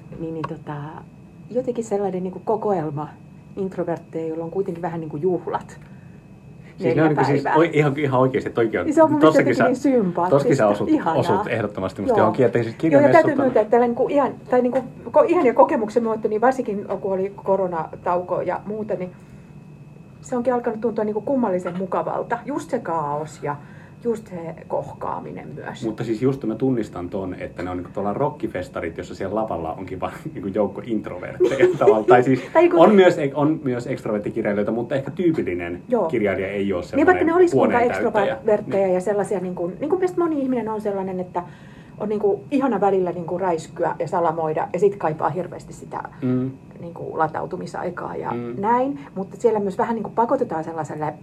Jotenkin sellainen niin kuin kokoelma introvertteja, joilla on kuitenkin vähän niin kuin juhlat. Siis ne on niin siis ihan oikeasti, että oikein niin se on mun mielestä jotenkin niin sympaattista. Toskin sä osut ehdottomasti musta johonkin, että siis kirjamessut on... Joo, ja täytyy myöntää, että tällainen ihania kokemuksen myötä, niin varsinkin kun oli koronatauko ja muuta, niin se onkin alkanut tuntua niin kuin kummallisen mukavalta. Just se kaos ja just se kohkaaminen myös. Mutta siis just mä tunnistan ton, että ne on niin tuolla rockifestarit, jossa siellä lavalla onkin vaan niin joukko introvertteja tavallaan. Tai siis on myös ekstroverttikirjailijoita, mutta ehkä tyypillinen kirjailija ei ole semmoinen niin vaikka ne olisikin ekstrovertteja ja sellaisia, niin kuin mielestäni moni ihminen on sellainen, että on niin kuin ihana välillä niin kuin räiskyä ja salamoida ja sitten kaipaa hirveästi sitä niin kuin latautumisaikaa ja näin. Mutta siellä myös vähän niin kuin pakotetaan sellaiselle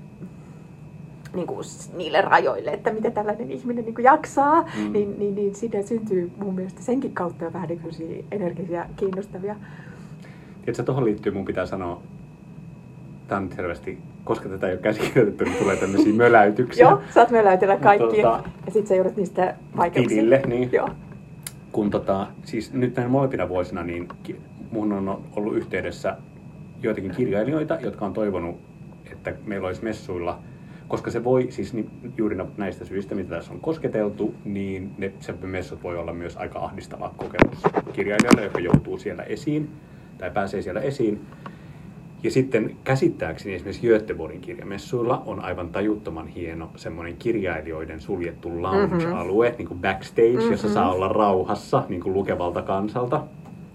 niin kuin niille rajoille, että miten tällainen ihminen niin kuin jaksaa, niin siitä syntyy mun mielestä senkin kautta vähän niin energisiä, kiinnostavia. Tiedätkö, tuohon liittyy mun pitää sanoa, tämä on nyt selvästi, koska tätä ei ole käsikirjoitettu, niin tulee tämmöisiä möläytyksiä. Joo, saat möläytellä kaikki ja sitten sä joudut niistä vaikeuksia. Tilille, niin. Joo. Kun siis nyt näin molempina vuosina, niin mun on ollut yhteydessä joitakin kirjailijoita, jotka on toivonut, että meillä olisi messuilla, koska se voi, siis juuri näistä syistä, mitä tässä on kosketeltu, niin se messut voi olla myös aika ahdistava kokemus kirjailijalle, joka joutuu siellä esiin, tai pääsee siellä esiin. Ja sitten käsittääkseni esimerkiksi Göteborgin kirjamessuilla on aivan tajuttoman hieno semmoinen kirjailijoiden suljettu lounge-alue, niin kuin backstage, jossa saa olla rauhassa niin kuin lukevalta kansalta.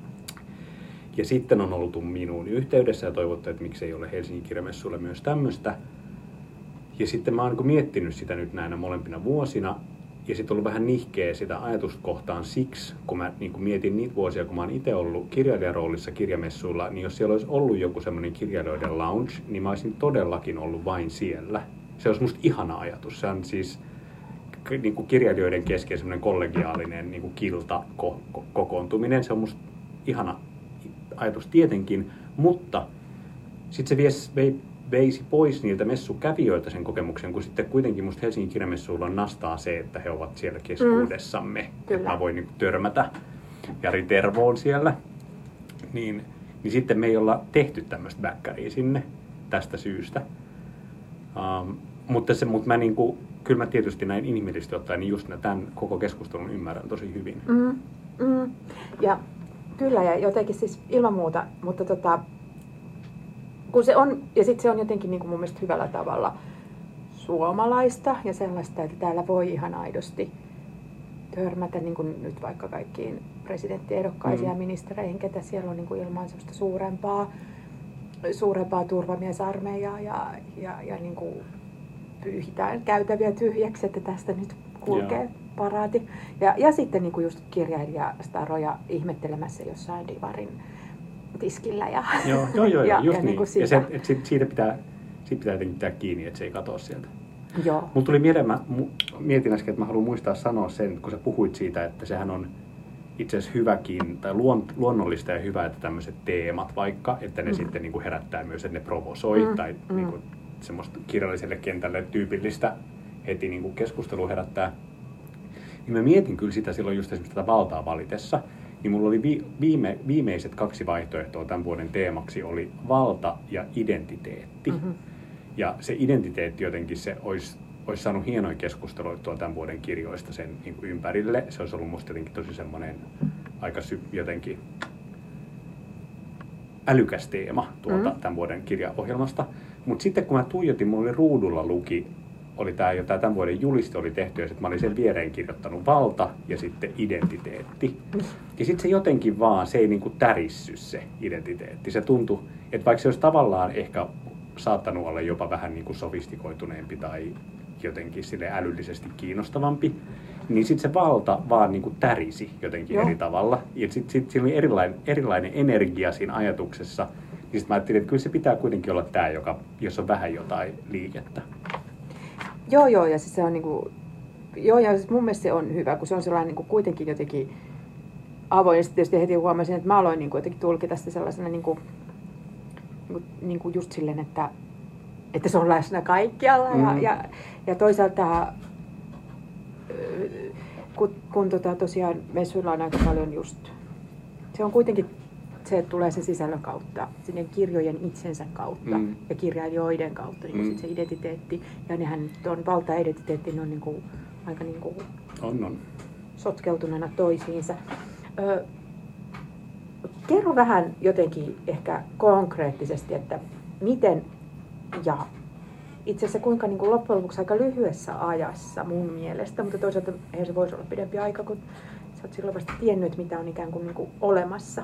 Ja sitten on ollut minuun yhteydessä ja toivottu, että miksei ole Helsingin kirjamessuille myös tämmöistä. Ja sitten mä oon niin miettinyt sitä nyt näinä molempina vuosina, ja sitten ollut vähän nihkeä sitä ajatusta kohtaan siksi, kun mä niin mietin niitä vuosia, kun mä oon itse ollut kirjailijaroolissa kirjamessuilla, niin jos siellä olisi ollut joku semmoinen kirjailijoiden lounge, niin mä olisin todellakin ollut vain siellä. Se olisi musta ihana ajatus. Se on siis niin kuin kirjailijoiden kesken semmoinen kollegiaalinen niin kuin kokoontuminen. Se on musta ihana ajatus tietenkin, mutta sitten se veisi pois niiltä messukävijöiltä sen kokemuksen, kun sitten kuitenkin musta Helsingin kirjamessuilla on nastaa se, että he ovat siellä keskuudessamme. Mä voin niin törmätä Jari Tervoon siellä. Niin sitten me ei olla tehty tämmöistä bäkkäriä sinne tästä syystä. Mutta mä niinku, kyllä mä tietysti näin inhimillisesti ottaen, niin just tämän koko keskustelun ymmärrän tosi hyvin. Ja kyllä, ja jotenkin siis ilman muuta, mutta kun se on, ja sitten se on jotenkin niin kuin mun mielestä hyvällä tavalla suomalaista ja sellaista, että täällä voi ihan aidosti törmätä niin kuin nyt vaikka kaikkiin presidenttiehdokkaisiin ja ministereihin, ketä siellä on niin kuin ilman sellaista suurempaa turvamiesarmeijaa ja niin kuin pyyhitään käytäviä tyhjäksi, että tästä nyt kulkee paraati. Ja sitten niin kuin just kirjailijastaroja ihmettelemässä jossain Divarin tiskillä. Ja, Joo, ja just niin. Niin ja siitä pitää jotenkin pitää kiinni, että se ei katoa sieltä. Joo. Mulla tuli mieleen, mietin äsken, että mä haluan muistaa sanoa sen, kun sä puhuit siitä, että sehän on itse asiassa hyväkin, tai luonnollista ja hyvä, että tämmöiset teemat vaikka, että ne sitten niin kuin herättää myös, että ne provosoi, tai niin kuin semmoista kirjalliselle kentälle tyypillistä heti niin kuin keskustelua herättää. Niin mä mietin kyllä sitä silloin just esimerkiksi tätä valtaa valitessa, niin mulla oli viimeiset 2 vaihtoehtoa tämän vuoden teemaksi oli valta ja identiteetti. Ja se identiteetti jotenkin se olisi saanut hienoja keskusteluja tämän vuoden kirjoista sen niin kuin ympärille. Se olisi ollut musta jotenkin tosi semmoinen aika jotenkin älykäs teema tämän vuoden kirjaohjelmasta. Mutta sitten kun mä tuijotin, mulla oli ruudulla oli tämä tämän vuoden juliste oli tehty ja sitten mä olin sen viereen kirjoittanut valta ja sitten identiteetti. Ja sitten se jotenkin vaan, se ei niinku tärissy se identiteetti. Se tuntui, että vaikka se olisi tavallaan ehkä saattanut olla jopa vähän niinku sofistikoituneempi tai jotenkin sille älyllisesti kiinnostavampi, niin sitten se valta vaan niinku tärisi jotenkin eri tavalla. Ja sitten siinä oli erilainen energia siinä ajatuksessa. Niin sitten mä ajattelin, että kyllä se pitää kuitenkin olla tämä, jos on vähän jotain liikettä. Joo, ja siis se on niinku, ja siis mun mielestä se on hyvä, kun se on sellainen niinku kuitenkin jotenkin avoin. Ja sitten tietysti heti huomasin, että mä aloin niinku jotenkin tulkita sitä sellaisena niinku just silleen, että se on läsnä kaikkialla. Ja toisaalta, kun tosiaan messuilla on aika paljon just, se on kuitenkin se, että tulee se sisällön kautta, sinne kirjojen itsensä kautta ja kirjailijoiden kautta, niin sit se identiteetti. Ja nehän on valta ja identiteetti, ne on niinku, aika niinku sotkeutuneena toisiinsa. Kerro vähän jotenkin ehkä konkreettisesti, että miten ja itse asiassa kuinka niin kuin loppujen lopuksi aika lyhyessä ajassa mun mielestä, mutta toisaalta eihän se voisi olla pidempi aika, kun sä oot silloin vasta tiennyt, mitä on ikään kuin olemassa.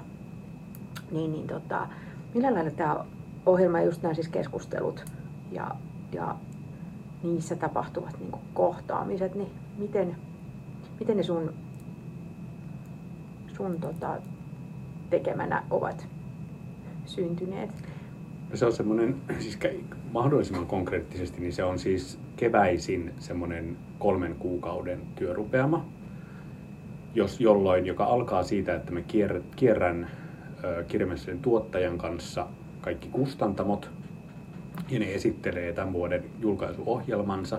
Millä lailla tämä ohjelma ja just nämä siis keskustelut ja niissä tapahtuvat niin kuin kohtaamiset, niin miten ne sun tekemänä ovat syntyneet? Se on semmoinen, siis mahdollisimman konkreettisesti, niin se on siis keväisin semmoinen 3 kuukauden työrupeama, joka alkaa siitä, että me kierrän kirjamessujen tuottajan kanssa kaikki kustantamot, ja ne esittelee tämän vuoden julkaisuohjelmansa,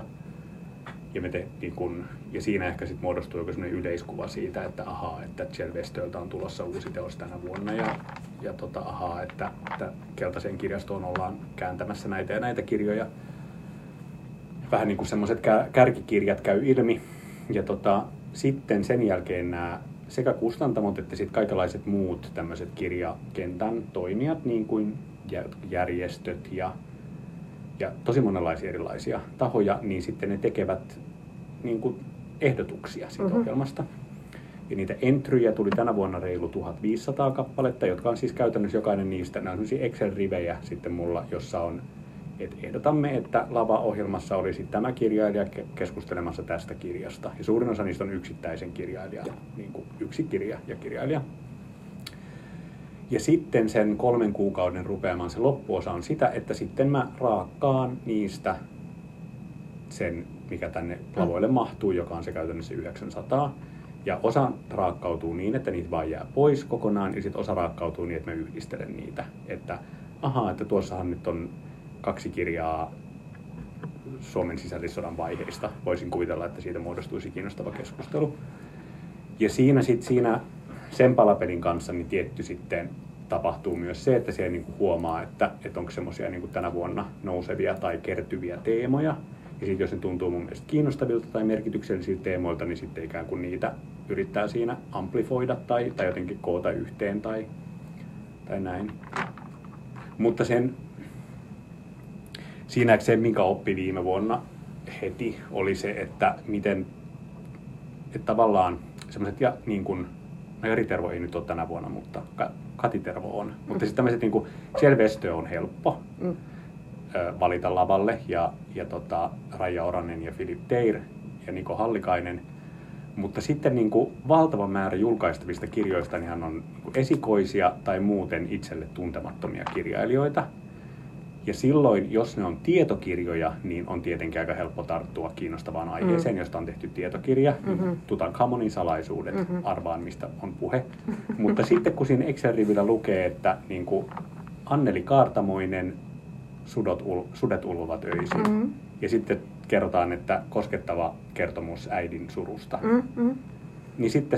ja siinä ehkä sitten muodostuu joku semmoinen yleiskuva siitä, että että Chelvestöltä on tulossa uusi teos tänä vuonna, että Keltaisen kirjastoon ollaan kääntämässä näitä ja näitä kirjoja. Vähän niin kuin semmoiset kärkikirjat käy ilmi. Ja sitten sen jälkeen nämä sekä kustantamot että sitten kaikenlaiset muut tämmöiset kirjakentän toimijat, niin kuin järjestöt ja tosi monenlaisia erilaisia tahoja, niin sitten ne tekevät niin kuin ehdotuksia siitä ohjelmasta. Ja niitä entryjä tuli tänä vuonna reilu 1500 kappaletta, jotka on siis käytännössä jokainen niistä. Nämä on sellaisia Excel-rivejä sitten mulla, jossa on, että ehdotamme, että Lava-ohjelmassa olisi tämä kirjailija keskustelemassa tästä kirjasta. Ja suurin osa niistä on yksittäisen kirjailijan, niin kuin yksi kirja ja kirjailija. Ja sitten sen 3 kuukauden rupeamaan se loppuosa on sitä, että sitten mä raakkaan niistä sen, mikä tänne lavoille mahtuu, joka on se käytännössä 900. Ja osa raakkautuu niin, että niitä vaan jää pois kokonaan, ja sitten osa raakkautuu niin, että mä yhdistelen niitä. Että tuossahan nyt on 2 kirjaa Suomen sisällissodan vaiheista. Voisin kuvitella, että siitä muodostuisi kiinnostava keskustelu. Ja siinä sen palapelin kanssa niin tietty sitten tapahtuu myös se, että siellä niinku huomaa, että onko semmoisia niinku tänä vuonna nousevia tai kertyviä teemoja. Ja sitten jos ne tuntuu mun mielestä kiinnostavilta tai merkityksellisiltä teemoilta, niin sitten ikään kuin niitä yrittää siinä amplifoida tai jotenkin koota yhteen tai näin. Mutta siinä se, minkä oppi viime vuonna heti, oli se, että tavallaan semmoiset niin kuin, Jari Tervo ei nyt ole tänä vuonna, mutta Kati Tervo on. Mutta sitten tämmöiset niin kuin Chelvestö on helppo valita lavalle ja Raija Oranen ja Philip Teir ja Niko Hallikainen. Mutta sitten niin kuin valtava määrä julkaistavista kirjoista niin on niin kuin esikoisia tai muuten itselle tuntemattomia kirjailijoita. Ja silloin, jos ne on tietokirjoja, niin on tietenkin aika helppo tarttua kiinnostavaan aiheeseen, josta on tehty tietokirja. Tutankhamonin salaisuudet, arvaan mistä on puhe. Mutta sitten kun siinä Excel-rivillä lukee, että niin kuin Anneli Kaartamoinen, Sudet ulvovat öisin. Ja sitten kerrotaan, että koskettava kertomus äidin surusta. Niin sitten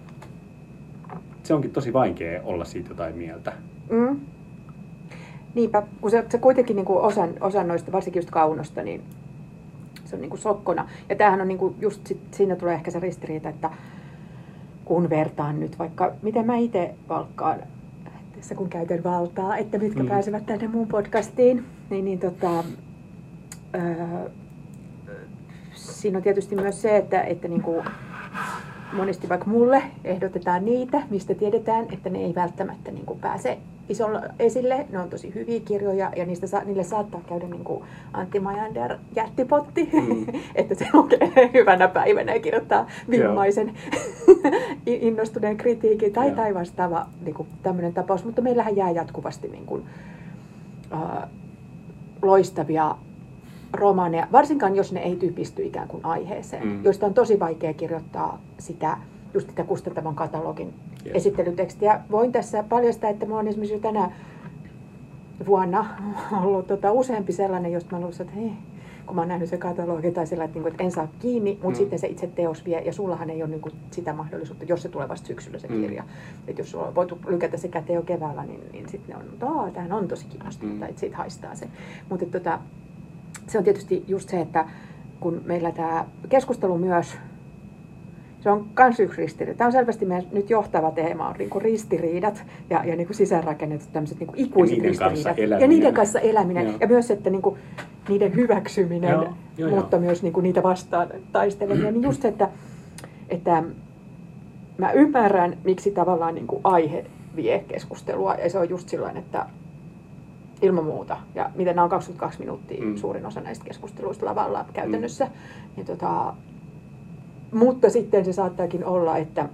se onkin tosi vaikea olla siitä jotain mieltä. Niinpä, kun se kuitenkin niin kuin osan noista, varsinkin just Kaunosta, niin se on niin kuin sokkona. Ja tämähän on niin kuin just siinä tulee ehkä se ristiriita, että kun vertaan nyt vaikka, miten mä itse valkkaan tässä kun käytän valtaa, että mitkä pääsevät tänne mun podcastiin, niin siinä on tietysti myös se, että niin kuin monesti vaikka mulle ehdotetaan niitä, mistä tiedetään, että ne ei välttämättä niin kuin pääse isolla esille. Ne on tosi hyviä kirjoja ja niille saattaa käydä niin kuin Antti Majander jättipotti, että se lukee hyvänä päivänä ja kirjoittaa vimmaisen innostuneen kritiikin tai vastaava niin kuin tämmöinen tapaus. Mutta meillähän jää jatkuvasti niin kuin, loistavia romaaneja, varsinkaan jos ne ei typisty ikään kuin aiheeseen, joista on tosi vaikea kirjoittaa sitä kustantavan katalogin esittelytekstiä. Voin tässä paljastaa, että mä oon esimerkiksi jo tänä vuonna ollut useampi sellainen, josta mä oon ollut, että kun mä oon nähnyt se katalogi tai sellainen, että en saa kiinni, mutta sitten se itse teos vie, ja sullahan ei ole niin kuin sitä mahdollisuutta, jos se tulee vasta syksyllä se kirja. Että jos sulla on voitu lykätä se käteen jo keväällä, niin sitten ne on, tämähän on tosi kiinnostavaa, että siitä haistaa se. Mutta se on tietysti just se, että kun meillä tämä keskustelu myös, se on myös yksi ristiriita. Tämä on selvästi meidän nyt johtava teema, on niin kuin ristiriidat ja niin kuin sisäänrakennetut tämmöiset niin kuin ikuiset ristiriidat. Ja niiden kanssa eläminen. Ja myös, että niin kuin niiden hyväksyminen, mutta myös niin kuin niitä vastaan taisteleminen. Niin just se, että mä ymmärrän, miksi tavallaan niin kuin aihe vie keskustelua. Ja se on just sillain, että ilman muuta. Ja miten nämä on 22 minuuttia suurin osa näistä keskusteluista lavalla käytännössä. Ja mutta sitten se saattaakin olla, että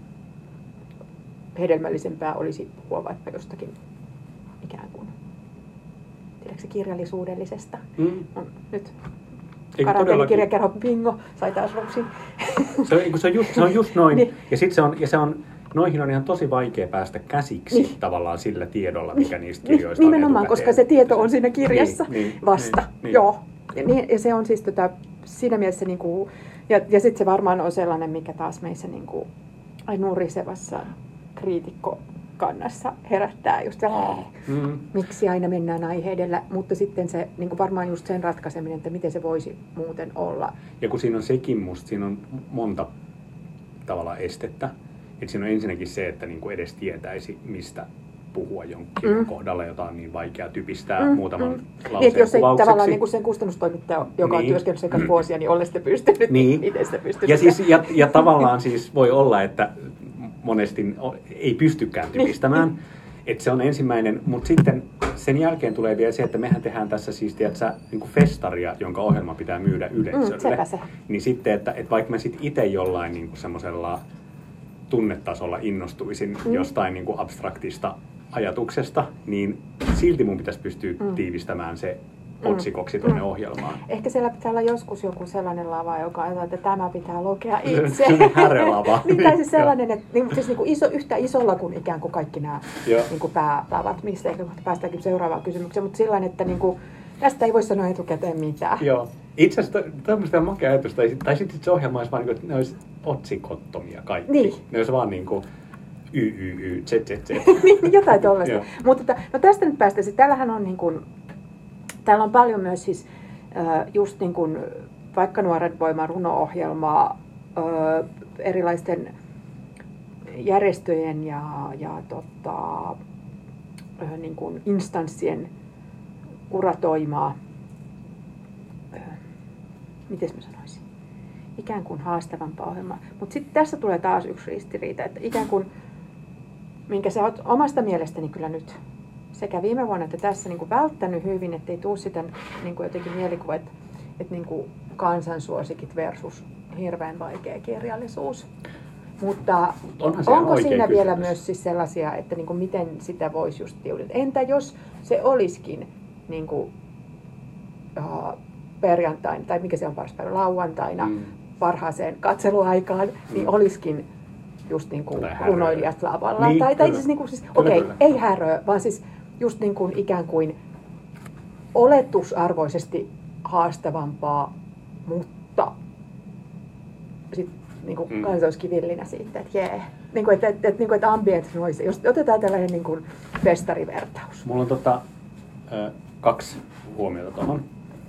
hedelmällisempää olisi puhua vaikka jostakin ikään kuin, tiedätkö, kirjallisuudellisesta. Nyt karanteenikirjakerho Bingo sai taas rupsin. Se on just noin. Niin. Ja sitten noihin on ihan tosi vaikea päästä käsiksi tavallaan sillä tiedolla, mikä niistä kirjoista on nimenomaan, koska se tieto on siinä kirjassa vasta. Niin. Joo. Ja se on siis siinä mielessä niin kuin, ja sitten se varmaan on sellainen, mikä taas meissä niin kuin nurisevassa kriitikkokannassa herättää just miksi aina mennään aihe edellä, mutta sitten se niin kuin varmaan just sen ratkaiseminen, että miten se voisi muuten olla. Ja kun siinä on sekin musta, siinä on monta tavallaan estettä. Että siinä on ensinnäkin se, että niin kuin edes tietäisi, mistä puhua jonkin kohdalla, jota on niin vaikea typistää muutaman lauseen niin, jos ei tavallaan niin kuin sen kustannustoimittaja, joka on työskennellyt sen kanssa vuosia, niin ole sitä pystynyt, niin miten sitä pystynyt. Ja tavallaan siis voi olla, että monesti ei pystykään typistämään. Että se on ensimmäinen, mutta sitten sen jälkeen tulee vielä se, että mehän tehdään tässä siis tiedätkö, niin kuin festaria, jonka ohjelma pitää myydä yleisölle. Niin sitten, että vaikka mä sitten itse jollain niin kuin semmoisella tunnetasolla innostuisin jostain niin kuin abstraktista ajatuksesta, niin silti mun pitäisi pystyä tiivistämään se otsikoksi tuonne ohjelmaan. Ehkä siellä pitää olla joskus joku sellainen lava, joka ajattelee, että tämä pitää lukea itse. Härelava. Tai siis sellainen, että siis niin kuin yhtä isolla kuin ikään kuin kaikki nämä niin kuin päälavat, mistä ehkä päästäänkin seuraavaan kysymykseen, mutta sellainen, että niin kuin, tästä ei voi sanoa etukäteen mitään. Joo. Itse asiassa tämmöistä makea ajatus, tai sitten se ohjelma olisi vaan niin kuin, että ne olisi otsikottomia kaikki. Niin. Ne olisi vaan niin kuin z. Niin, jotain tuollaista. Mutta tästä nyt päästäisiin. Täällähän on niin kuin, täällä on paljon myös siis just niin kuin vaikka Nuoren voiman runo-ohjelmaa, erilaisten järjestöjen ja niin kuin instanssien kuratoimaa, miten mä sanoisin, ikään kuin haastavampaa ohjelmaa. Mutta sitten tässä tulee taas yksi ristiriita, että ikään kuin, minkä sä oot omasta mielestäni kyllä nyt sekä viime vuonna että tässä niin kuin välttänyt hyvin, ettei tule sitä niin kuin jotenkin mielikuva, että niin kuin kansansuosikit versus hirveän vaikea kirjallisuus. Mutta onko siinä kysymys vielä myös siis sellaisia, että niin kuin miten sitä voisi just tiudita? Entä jos se olisikin niin kuin, perjantaina, tai mikä se on paras päivä, lauantaina, parhaaseen katseluaikaan, niin olisikin just niin kuin runoilijat lavalla. Niin, tai siis, niin kuin, siis okei, ei häröä, vaan siis just niin kuin ikään kuin oletusarvoisesti haastavampaa, mutta sitten niin kuin kansa olisikin villinä siitä, että jee. Niin kuin, että ambient noise, jos otetaan tällainen niin kuin festarivertaus. Mulla on 2 huomiota tuohon.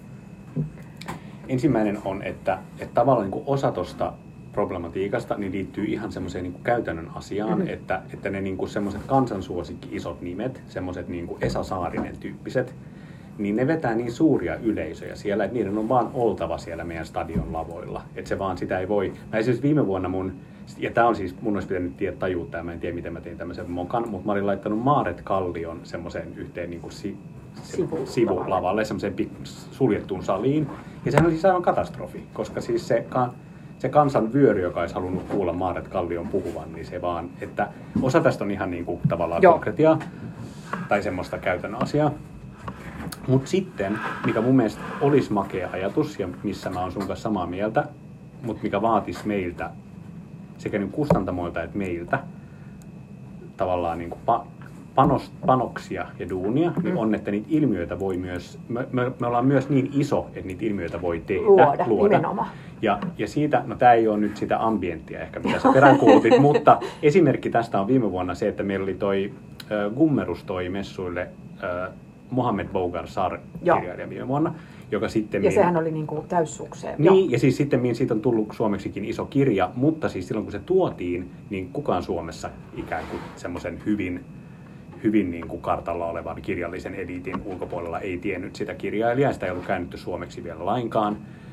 Ensimmäinen on, että tavallaan niin kuin osa tuosta problematiikasta niin liittyy ihan semmoiseen niin kuin käytännön asiaan, että ne niin kuin semmoiset kansansuosikki isot nimet, semmoiset niin kuin Esa Saarinen tyyppiset, niin ne vetää niin suuria yleisöjä siellä, että niiden on vaan oltava siellä meidän stadion lavoilla. Että se vaan sitä ei voi. Mä esimerkiksi viime vuonna ja tää on siis, mun olisi pitänyt tajua tämä, mä en tiedä miten mä tein tämmöisen mokan, mutta mä olin laittanut Maaret Kallion semmoiseen yhteen niin kuin sivulavalle, semmoiseen suljettuun saliin. Ja sehän oli siis aivan katastrofi, koska siis se kansan vyöry, joka olisi halunnut kuulla Maaret Kallion puhuvan, niin se vaan, että osa tästä on ihan niin kuin tavallaan konkretiaa tai semmoista käytännön asiaa. Mutta sitten, mikä mun mielestä olisi makea ajatus, ja missä mä oon sun kanssa samaa mieltä, mutta mikä vaatisi meiltä, sekä niin kustantamoilta että meiltä, tavallaan niin kuin panoksia ja duunia, niin on, että niitä ilmiöitä voi myös, me ollaan myös niin iso, että niitä ilmiöitä voi tehdä, luoda. Nimenomaan. Ja siitä, no tämä ei ole nyt sitä ambienttia ehkä, mitä sä peräänkuulutit, mutta esimerkki tästä on viime vuonna se, että meillä oli toi Gummerus toi messuille Mohammed Bougar Sarr-kirjailija viime vuonna, joka sitten... Ja sehän oli niin kuin täyssukseen. Niin, ja siis sitten siitä on tullut suomeksikin iso kirja, mutta siis silloin kun se tuotiin, niin kukaan Suomessa ikään kuin semmoisen hyvin niin kuin kartalla olevan kirjallisen editin ulkopuolella ei tiennyt sitä kirjailijaa, sitä ei ollut käännetty suomeksi vielä lainkaan.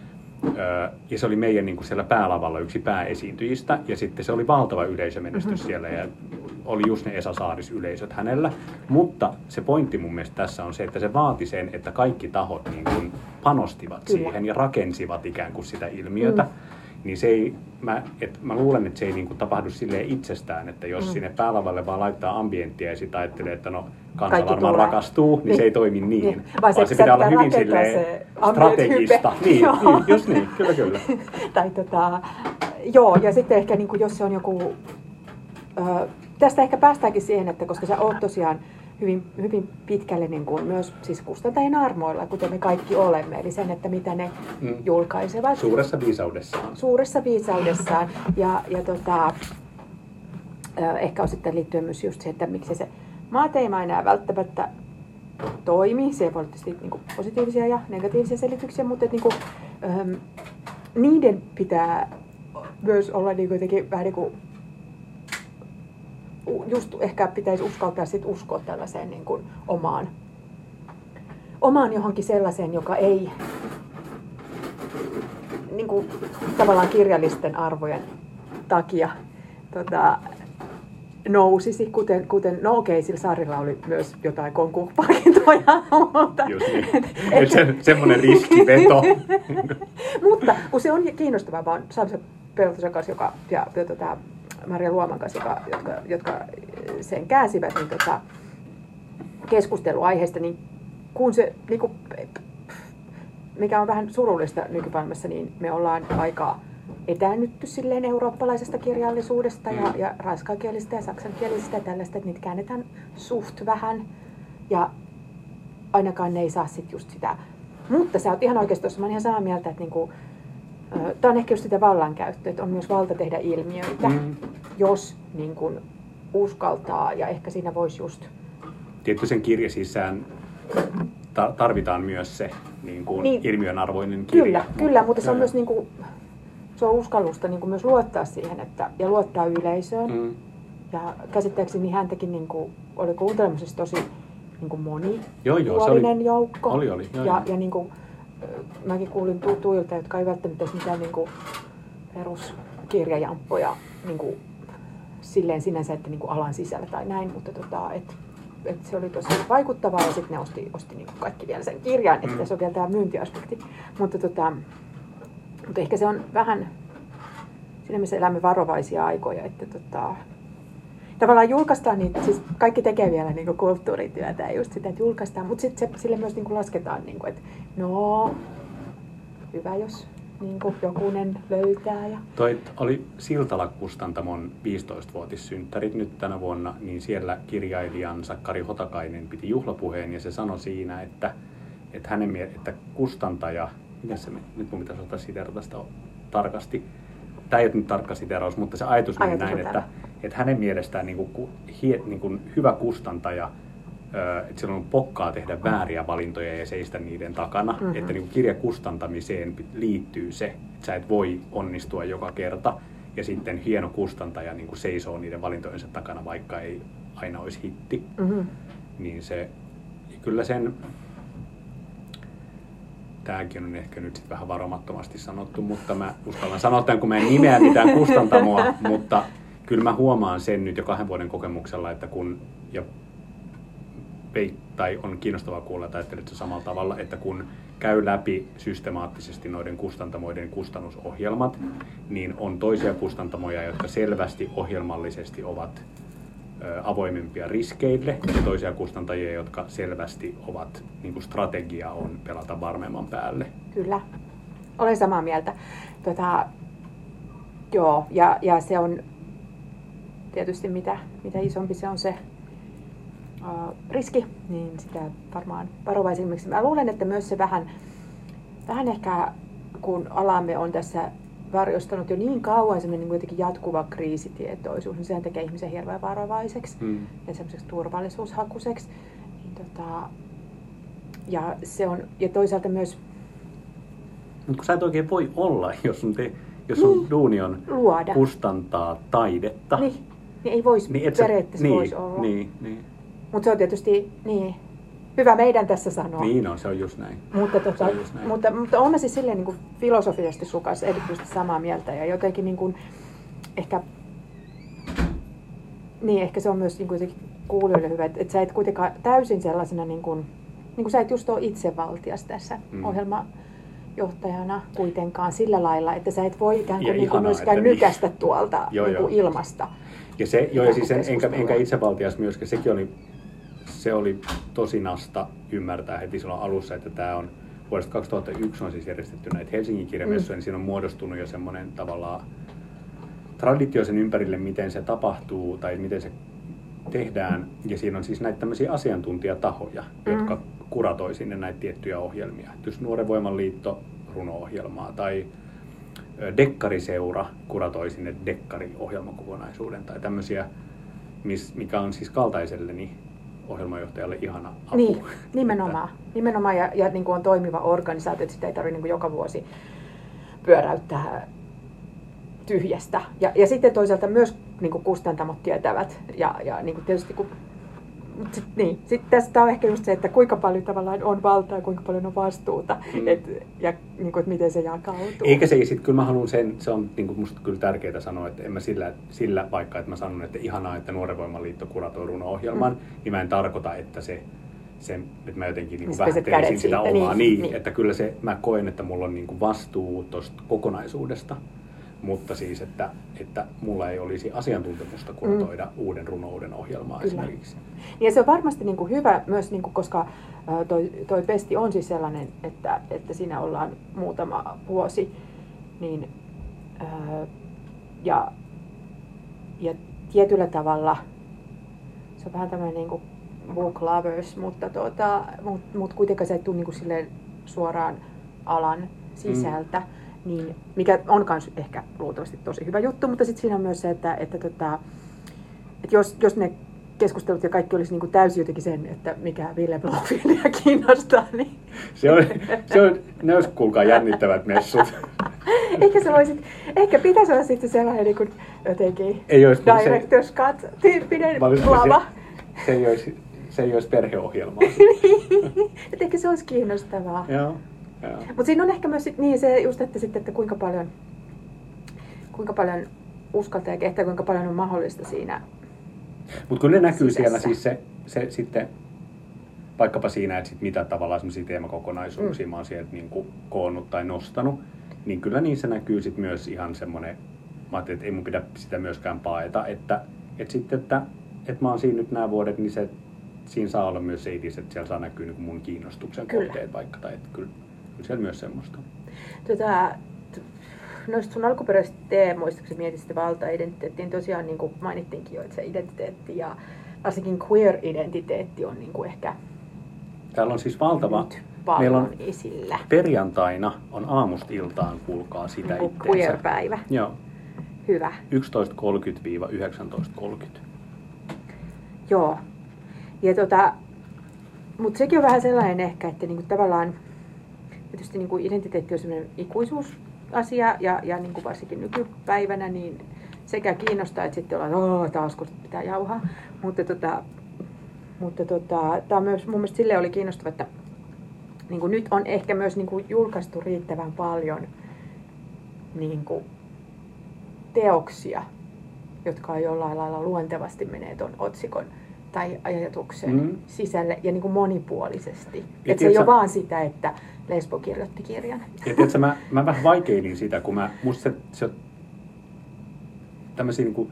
Ja se oli meidän niin kuin siellä päälavalla yksi pääesiintyjistä, ja sitten se oli valtava yleisömenestys siellä, ja oli just ne Esa Saaris-yleisöt hänellä. Mutta se pointti mun mielestä tässä on se, että se vaati sen, että kaikki tahot niin kuin panostivat siihen ja rakensivat ikään kuin sitä ilmiötä. Niin se ei, mä luulen, että se ei niin kuin tapahdu silleen itsestään, että jos sinne päälavalle vaan laittaa ambienttia ja sitten ajattelee, että no kansa varmaan rakastuu, niin se ei toimi niin. Vaan se pitää olla hyvin silleen strategista. Niin, just niin, kyllä. Tai joo, ja sitten ehkä niin kuin, jos se on joku, tästä ehkä päästäänkin siihen, että koska sä oot tosiaan hyvin pitkälle niin kuin myös siis kustantajien armoilla, kuten me kaikki olemme. Eli sen, että mitä ne julkaisevat. Suuressa viisaudessaan. Ja ehkä osittain liittyen myös just se, että miksi se maateema enää välttämättä toimi. Siellä voi olla tietysti niin kuin positiivisia ja negatiivisia selityksiä, mutta että, niin kuin, niiden pitää myös olla niin kuin jotenkin vähän niin kuin just ehkä pitäisi uskaltaa sit uskoa tällaiseen niin kuin omaan johonkin sellaiseen, joka ei niin kuin, tavallaan kirjallisten arvojen takia nousisi, kuten no okei, sillä Saarilla oli myös jotain konkurspalkintoja, mutta... Just niin. Semmoinen riskiveto. Mutta kun se on kiinnostavaa, vaan Samsa Peltosen kanssa, ja Maria Luoman kanssa, jotka sen käänsivät, niin keskusteluaiheesta, niin kun se, niin kuin, mikä on vähän surullista nykymaailmassa, niin me ollaan aika etäännytty silleen eurooppalaisesta kirjallisuudesta ja ranskankielisestä ja saksankielisestä ja tällaista, että niitä käännetään suht vähän ja ainakaan ne ei saa sit just sitä. Mutta sä oot ihan oikeasti tuossa, mä oon ihan samaa mieltä, että niinku, tämä on ehkä just sitä vallankäyttöä, että on myös valta tehdä ilmiöitä, jos niin kuin uskaltaa ja ehkä siinä voisi just... Tietysti sen kirja sisään tarvitaan myös se niin kuin ilmiön arvoinen kirja. Kyllä, mutta se on myös niin kuin, se on uskallusta niin kuin myös luottaa siihen ja luottaa yleisöön. Ja käsittääkseni häntäkin niin kuin, oli kuuntelemassa tosi niin kuin monipuolinen joukko. Oli. Ja niin kuin, mäkin kuulin tutuilta, jotka ei välttämättä mitään niin kuin peruskirjajamppoja niin kuin, silleen sinänsä, että niin kuin alan sisällä tai näin, mutta et se oli tosi vaikuttavaa ja sitten ne osti niin kuin kaikki vielä sen kirjan, että tässä on vielä tämä myyntiaspekti. Mutta ehkä se on vähän siinä missä elämme varovaisia aikoja, että tavallaan julkaistaan niitä, siis kaikki tekee vielä niin kuin kulttuurityötä ja just sitä, että julkaistaan, mutta sitten sille myös niin kuin lasketaan, niin kuin, että no, hyvä jos niin kuin jokunen löytää. Ja... Toi oli Siltala-kustantamon 15-vuotissynttärit nyt tänä vuonna, niin siellä kirjailijansa Kari Hotakainen piti juhlapuheen ja se sanoi siinä, että että kustantaja, miten se nyt mun pitäisi ottaa siteerata sitä tarkasti, tämä ei ole nyt tarkka siteeraus, mutta se ajatus meni näin, että hänen mielestään niin kuin hyvä kustantaja, että sillä on pokkaa tehdä vääriä valintoja ja seistä niiden takana, että niin kuin kirjakustantamiseen liittyy se, että sä et voi onnistua joka kerta ja sitten hieno kustantaja niin kuin seisoo niiden valintojensa takana, vaikka ei aina olisi hitti. Niin se, kyllä sen, tämäkin on ehkä nyt sit vähän varomattomasti sanottu, mutta mä uskallan sanoa tämän, kun mä en nimeä mitään kustantamoa, mutta kyllä mä huomaan sen nyt jo 2 vuoden kokemuksella, että kun, tai on kiinnostavaa kuulla, että ajattelet samalla tavalla, että kun käy läpi systemaattisesti noiden kustantamoiden kustannusohjelmat, niin on toisia kustantamoja, jotka selvästi ohjelmallisesti ovat avoimempia riskeille, ja toisia kustantajia, jotka selvästi ovat, niin kuin strategia on pelata varmemman päälle. Kyllä, olen samaa mieltä. Joo, ja se on tietysti mitä isompi se on se riski, niin sitä varmaan varovaisimmiksi. Mä luulen, että myös se vähän ehkä, kun alamme on tässä varjostanut jo niin kauan semmoinen niin kuitenkin jatkuva kriisitietoisuus, niin sehän tekee ihmisen hirveän varovaiseksi ja semmoiseksi turvallisuushakuiseksi. Ja se on, ja toisaalta myös... Mutta kun sä et oikein voi olla, jos sun duuni on luoda, kustantaa taidetta. Niin ei voisi, periaatteessa voisi olla. Niin. Mutta se on tietysti hyvä meidän tässä sanoa. Niin on, se on just näin. Mutta olen mä siis silleen niin kuin filosofisesti sun kanssa erityisesti samaa mieltä ja jotenkin niin kuin ehkä se on myös niin kuin kuulijoille hyvä, että sä et kuitenkaan täysin sellaisena niin kuin sä et just ole itsevaltias tässä ohjelmajohtajana kuitenkaan sillä lailla, että sä et voi ikään kuin myöskään nykästä tuolta ilmasta. Ja se, siis enkä itsevaltias myöskään, se oli tosi nasta ymmärtää heti silloin alussa, että tämä on vuodesta 2001 on siis järjestetty näitä Helsingin kirjamessuja, niin siinä on muodostunut jo semmoinen tavallaan traditio sen ympärille, miten se tapahtuu tai miten se tehdään. Ja siinä on siis näitä tämmöisiä asiantuntijatahoja, jotka kuratoi sinne näitä tiettyjä ohjelmia. Jos Nuoren Voiman liitto runo-ohjelmaa tai Dekkariseura kuratoi sinne Dekkari-ohjelmakokonaisuuden tai tämmöisiä, mikä on siis kaltaiselleni ohjelmajohtajalle ihana apu. Niin, nimenomaan ja niin kuin on toimiva organisaatio, että sitä ei tarvitse niin kuin joka vuosi pyöräyttää tyhjästä. Ja sitten toisaalta myös niin kuin kustantamot tietävät ja niin kuin tietysti sitten tästä on ehkä just se, että kuinka paljon tavallaan on valtaa ja kuinka paljon on vastuuta ja niin kuin, että miten se jakautuu. Eikä se, sitten kyllä mä haluan se on niin kuin musta kyllä tärkeää sanoa, että en mä sillä vaikka, että mä sanon, että ihanaa, että Nuoren Voiman liitto kuratoi runo-ohjelman, niin mä en tarkoita, että että mä jotenkin niin vähättelisin sitä omaa. Niin. Että kyllä mä koen, että mulla on niin kuin vastuu tuosta kokonaisuudesta. Mutta siis, että mulla ei olisi asiantuntemusta kuratoida uuden runouden ohjelmaa esimerkiksi. Ja se on varmasti niin kuin hyvä myös, niin kuin, koska toi Pesti on siis sellainen, että siinä ollaan muutama vuosi. Niin, ja tietyllä tavalla se on vähän tämmöinen niin kuin book lovers, mutta kuitenkaan se ei tule niin kuin silleen suoraan alan sisältä. Niin, mikä on myös ehkä luultavasti tosi hyvä juttu, mutta sitten siinä on myös se, että jos ne keskustelut ja kaikki olisi niin kuin täysin jotenkin sen, että mikä Ville Blofilia kiinnostaa, niin... Ne olisi kuulkaa jännittävät messut. Ehkä pitäisi olla sitten sellainen niin kuin jotenkin director's cut-tyyppinen lava. Se ei olisi perheohjelmaa. Että ehkä se olisi kiinnostavaa. Joo. Mutta siinä on ehkä myös niin se just, että kuinka paljon uskaltaa ja kehtää, kuinka paljon on mahdollista siinä. Mutta kun ne näkyy siellä, siis se sitten, vaikkapa siinä, että sit mitä tavallaan semmoisia teemakokonaisuuksia mä oon sieltä niin kuin koonnut tai nostanut, niin kyllä niissä näkyy sit myös ihan semmoinen mä ajattelin, että ei mun pidä sitä myöskään paeta, että mä oon siinä nyt nämä vuodet, niin siinä saa olla myös se idis, että siellä saa näkyä niin mun kiinnostuksen kohteet vaikka, tai että kyllä siellä myös semmoista on. Noista sun alkuperäisistä teemoista, kun sä mietit sitä valta-identiteettiin, tosiaan niin kuin mainittiinkin jo, että se identiteetti ja varsinkin queer-identiteetti on niin kuin ehkä täällä on siis valtava, meillä on esillä. Perjantaina on aamusta iltaan, kuulkaa sitä niin itteensä. Queer-päivä. Joo. Hyvä. 11.30–19.30. Joo. Ja mutta sekin on vähän sellainen ehkä, että niinku tavallaan tietysti niinku identiteetti on sellainen ikuisuusasia ja niinku varsinkin nykypäivänä niin sekä kiinnostaa, että sitten ollaan taas kun pitää jauhaa. Mutta tämä on myös mun mielestä silleen oli kiinnostava, että niinku nyt on ehkä myös niinku julkaistu riittävän paljon niinku teoksia, jotka jollain lailla luontevasti menee tuon otsikon tai ajatuksen sisälle ja niin kuin monipuolisesti. Että se ei ole vaan sitä, että Lesbo kirjoitti kirjan. Tiedätkö, mä vähän vaikeilin sitä, kun musta se tämmöisiä niin kuin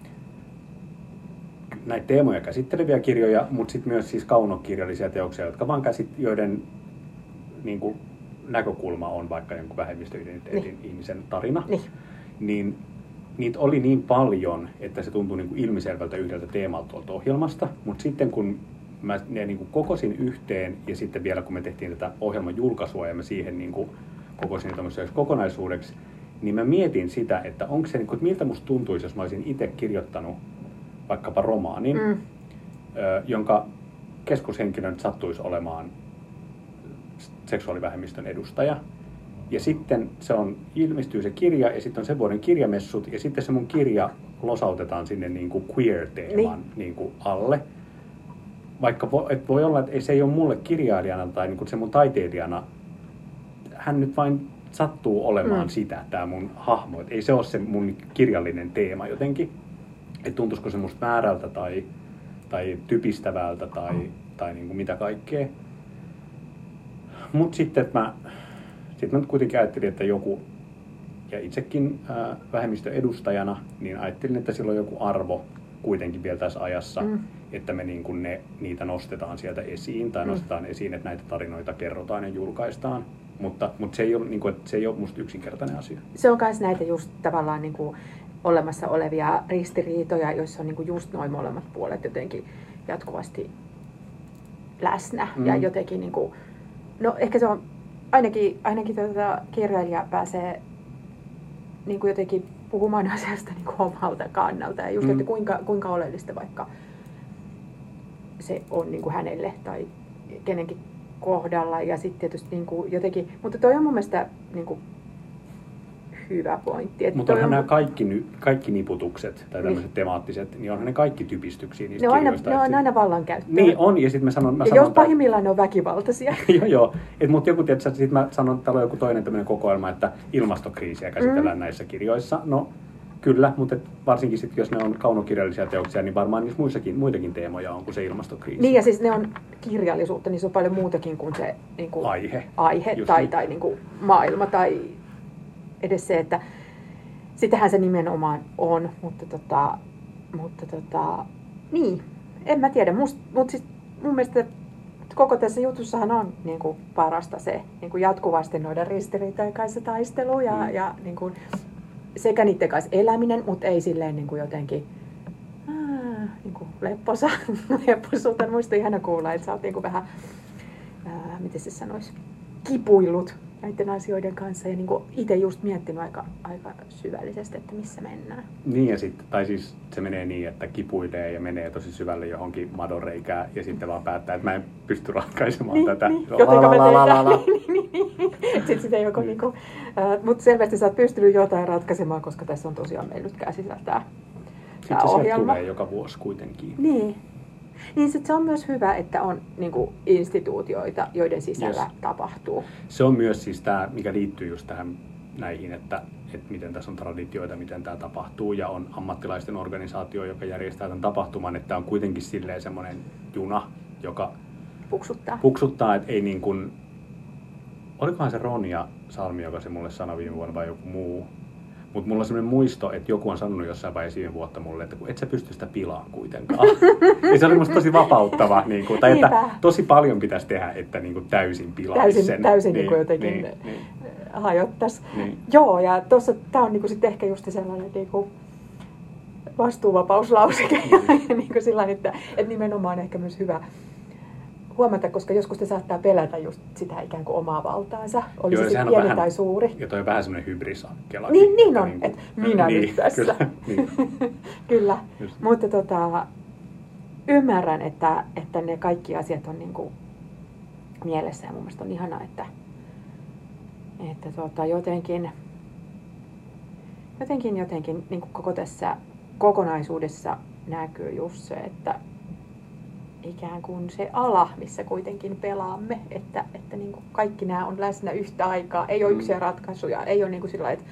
näitä teemoja käsitteleviä kirjoja, mutta sitten myös siis kaunokirjallisia teoksia, jotka vaan joiden niin kuin näkökulma on vaikka jonkun vähemmistöidentiteetin ihmisen tarina. Niin niitä oli niin paljon, että se tuntui niin kuin ilmiselvältä yhdeltä teemalta tuolta ohjelmasta, mutta sitten kun mä ne niin kuin kokosin yhteen ja sitten vielä kun me tehtiin tätä ohjelman julkaisua ja mä siihen niin kuin kokosin tämmöiseksi kokonaisuudeksi, niin mä mietin sitä, että onko se, niin kuin, että miltä musta tuntuisi, jos mä olisin itse kirjoittanut vaikkapa romaanin, jonka keskushenkilön sattuisi olemaan seksuaalivähemmistön edustaja. Ja sitten ilmestyy se kirja ja sitten on sen vuoden kirjamessut ja sitten se mun kirja losautetaan sinne niin kuin queer-teeman niin kuin alle. Vaikka voi olla, että se ei ole mulle kirjailijana tai niin kuin se mun taiteilijana, hän nyt vain sattuu olemaan sitä, tämä mun hahmo. Et ei se ole se mun kirjallinen teema jotenkin. Että tuntuisiko se musta väärältä tai typistävältä tai niin kuin mitä kaikkea. Mutta sitten mä kuitenkin ajattelin, että joku, ja itsekin vähemmistön edustajana, niin ajattelin, että sillä on joku arvo kuitenkin vielä tässä ajassa, että me niin kuin niitä nostetaan sieltä esiin, tai nostetaan esiin, että näitä tarinoita kerrotaan ja julkaistaan. Mutta se ei ole, niin kuin, että se ei ole musta yksinkertainen asia. Se on myös näitä just tavallaan niin kuin olemassa olevia ristiriitoja, joissa on niin kuin just noin molemmat puolet jotenkin jatkuvasti läsnä. Ja jotenkin, niin kuin, no ehkä se on ainakin kirjailija pääsee niin kuin jotenkin puhumaan asiasta niin kuin omalta kannalta. Ja just, että kuinka oleellista vaikka se on niin kuin hänelle tai kenenkin kohdalla. Ja sitten tietysti niin kuin jotenkin, mutta toi on mun mielestä niin kuin hyvä pointti. Mutta onhan nämä kaikki niputukset tai tämmöiset temaattiset, niin onhan ne kaikki typistyksiä niistä kirjoista. Ne on aina vallankäyttöä. Niin on, ja sitten mä sanon... jos pahimmillaan ne on väkivaltaisia. joo. Mutta joku, tietysti, sitten mä sanon, että täällä on joku toinen tämmöinen kokoelma, että ilmastokriisiä käsitellään näissä kirjoissa. No kyllä, mutta varsinkin sitten, jos ne on kaunokirjallisia teoksia, niin varmaan niissä muitakin teemoja on kuin se ilmastokriisi. Niin, ja siis ne on kirjallisuutta, niin se on paljon muutakin kuin se niin kuin aihe tai niin kuin maailma tai... edes se, että sitähän se nimenomaan on, mutta niin, en mä tiedä, mutta siis mun mielestä koko tässä jutussahan on niin kuin parasta se niin kuin jatkuvasti noiden ristiriitojen kanssa taistelu ja niin kuin, sekä niiden kanssa eläminen, mutta ei silleen niin kuin jotenkin niin kuin lepposuutta. Muista ihana kuulla, että sä oot niin kuin vähän, miten se sanoisi, kipuillut näiden asioiden kanssa ja niin itse just miettinyt aika syvällisesti, että missä mennään. Niin ja sitten, tai siis se menee niin, että kipuilee ja menee tosi syvälle johonkin madonreikään ja sitten vaan päättää, että mä en pysty ratkaisemaan tätä. Sitten sitä joko niinku, mutta selvästi sä oot pystynyt jotain ratkaisemaan, koska tässä on tosiaan meillä nyt käsillä tämä ohjelma. Sitten se tulee joka vuosi kuitenkin. Niin sit se on myös hyvä, että on niinku instituutioita, joiden sisällä tapahtuu. Se on myös siis tämä, mikä liittyy just tähän näihin, että miten tässä on traditioita, miten tämä tapahtuu ja on ammattilaisten organisaatio, joka järjestää tämän tapahtuman, että on kuitenkin silleen semmoinen juna, joka puksuttaa, että ei niin kuin, olikohan se Ronja Salmi, joka se mulle sanoi viime vuonna vai joku muu, Mutta mulla on sellainen muisto, että joku on sanonut jossain vaiheessa viime vuotta mulle, että kun et sä pysty sitä pilaan kuitenkaan. Ja se oli musta tosi vapauttava, niin kuin, tai että tosi paljon pitäisi tehdä, että niin kuin täysin pilaisi sen. Täysin niin kuin jotenkin hajottaisi. Niin. Joo, ja tuossa tämä on niin kuin sitten ehkä just sellainen niin kuin vastuuvapauslauseke. Niin kuin sillain, että nimenomaan ehkä myös hyvä huomata, koska joskus se saattaa pelätä just sitä ikään kuin omaa valtaansa, oli se pieni vähän, tai suuri. Ja toi on vähän semmoinen hybrisakkela. Niin on, että minä nyt tässä. Kyllä, niin. Kyllä. Mutta ymmärrän, että ne kaikki asiat on niin kuin mielessä ja mun mielestä on ihanaa, että jotenkin niin kuin koko tässä kokonaisuudessa näkyy just se, että ikään kuin se ala, missä kuitenkin pelaamme, että niin kuin kaikki nämä on läsnä yhtä aikaa, ei ole yksiä ratkaisuja, ei ole niin kuin sillä lailla,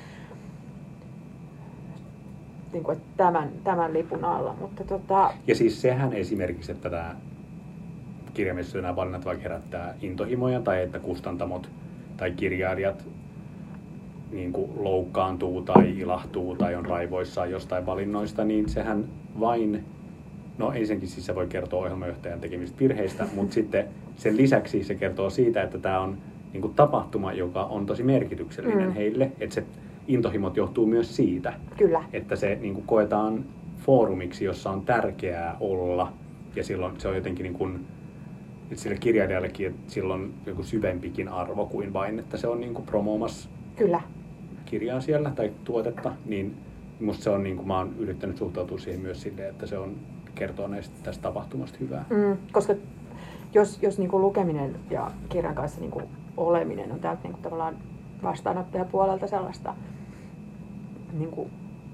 että tämän lipun alla. Mutta Ja siis sehän esimerkiksi, että tämä kirjamessujen nämä valinnat vaikka herättää intohimoja tai että kustantamot tai kirjailijat niin kuin loukkaantuu tai ilahtuu tai on raivoissaan jostain valinnoista, niin sehän vain, no ensinnäkin siis se voi kertoa ohjelmajohtajan tekemistä virheistä, mutta sitten sen lisäksi se kertoo siitä, että tämä on niin kuin tapahtuma, joka on tosi merkityksellinen heille, että se intohimot johtuu myös siitä, Kyllä. että se niin kuin koetaan foorumiksi, jossa on tärkeää olla ja silloin se on jotenkin niin kuin, että sille kirjailijallekin, että sillä on joku syvempikin arvo kuin vain, että se on niin kuin promoomassa Kyllä. kirjaa siellä tai tuotetta, niin musta se on niin kuin mä oon yrittänyt suhtautua siihen myös silleen, että se on kertoo tästä tapahtumasta hyvää. Koska jos niin kuin lukeminen ja kirjan kanssa niin kuin oleminen on täältä niin kuin tavallaan vastaanottajapuolelta sellaista niin kuin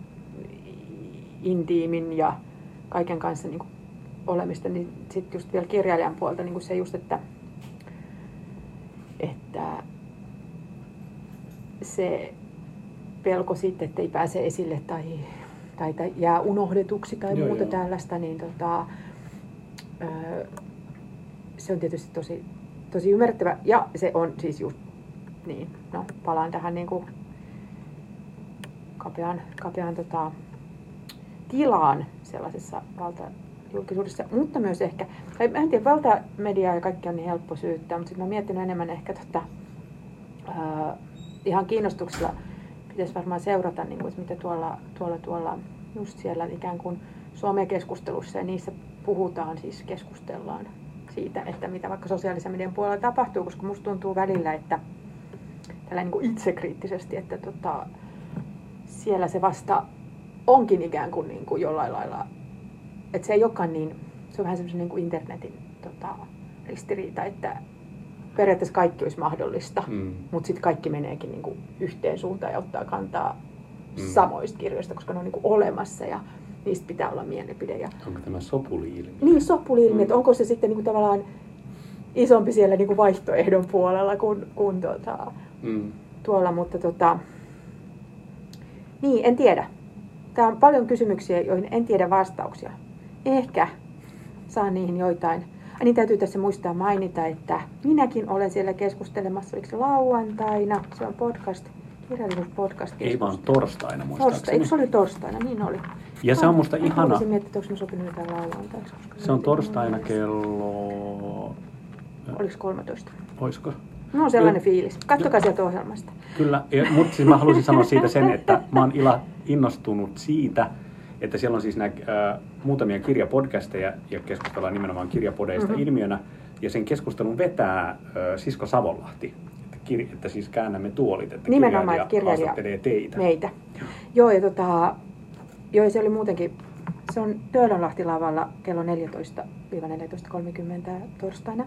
intiimin ja kaiken kanssa niin kuin olemista, niin sitten just vielä kirjailijan puolelta niin kuin se just, että se pelko sitten, että ei pääse esille tai jää unohdetuksi tai muuta tällaista, niin se on tietysti tosi ymmärrettävä. Ja se on siis just niin, no palaan tähän niin kuin kapeaan tilaan sellaisessa valtajulkisuudessa, mutta myös ehkä, tai mä en tiedä, valtamediaa ja kaikki on niin helppo syyttää, mutta sitten mä miettinyt enemmän ehkä ihan kiinnostuksella pitäisi varmaan seurata, niin kuin, että mitä tuolla just siellä ikään kuin somekeskustelussa ja niissä puhutaan, siis keskustellaan siitä, että mitä vaikka sosiaalisen median puolella tapahtuu, koska musta tuntuu välillä, että tällä niin kuin itsekriittisesti, että siellä se vasta onkin ikään kuin jollain lailla, että se ei olekaan niin, se on vähän semmoisen niin kuin internetin ristiriita, että periaatteessa kaikki olisi mahdollista, mutta sitten kaikki meneekin niin kuin yhteen suuntaan ja ottaa kantaa samoista kirjoista, koska ne on niin kuin olemassa ja niistä pitää olla mielipide. Onko tämä sopuli-ilmiö? Niin, sopuli-ilmiö, että onko se sitten niin kuin tavallaan isompi siellä niin kuin vaihtoehdon puolella kuin tuolla, mutta niin, en tiedä. Tää on paljon kysymyksiä, joihin en tiedä vastauksia. Ehkä saan niihin joitain. Niin täytyy tässä muistaa mainita, että minäkin olen siellä keskustelemassa, oliko se lauantaina, se on kirjallisuuspodcast. Ei vaan torstaina muistaakseni. Eikö se oli torstaina? Niin oli. Ja se on musta ihana. Haluaisin miettiä, että onko mä sopinut jotain lauantaiksi. Se on torstaina kello... Oliko 13? Oisko? No sellainen fiilis. Katsokaa sieltä ohjelmasta. Kyllä, mutta siis mä haluaisin sanoa siitä sen, että mä oon innostunut siitä, että siellä on siis muutamia kirjapodcasteja ja keskustellaan nimenomaan kirjapodeista ilmiönä. Ja sen keskustelun vetää Sisko Savonlahti, että siis käännämme tuolit, että kirjailija haastattelee teitä. Meitä. Joo, ja se oli muutenkin, se on Töölönlahti-lavalla kello 14-14.30 torstaina.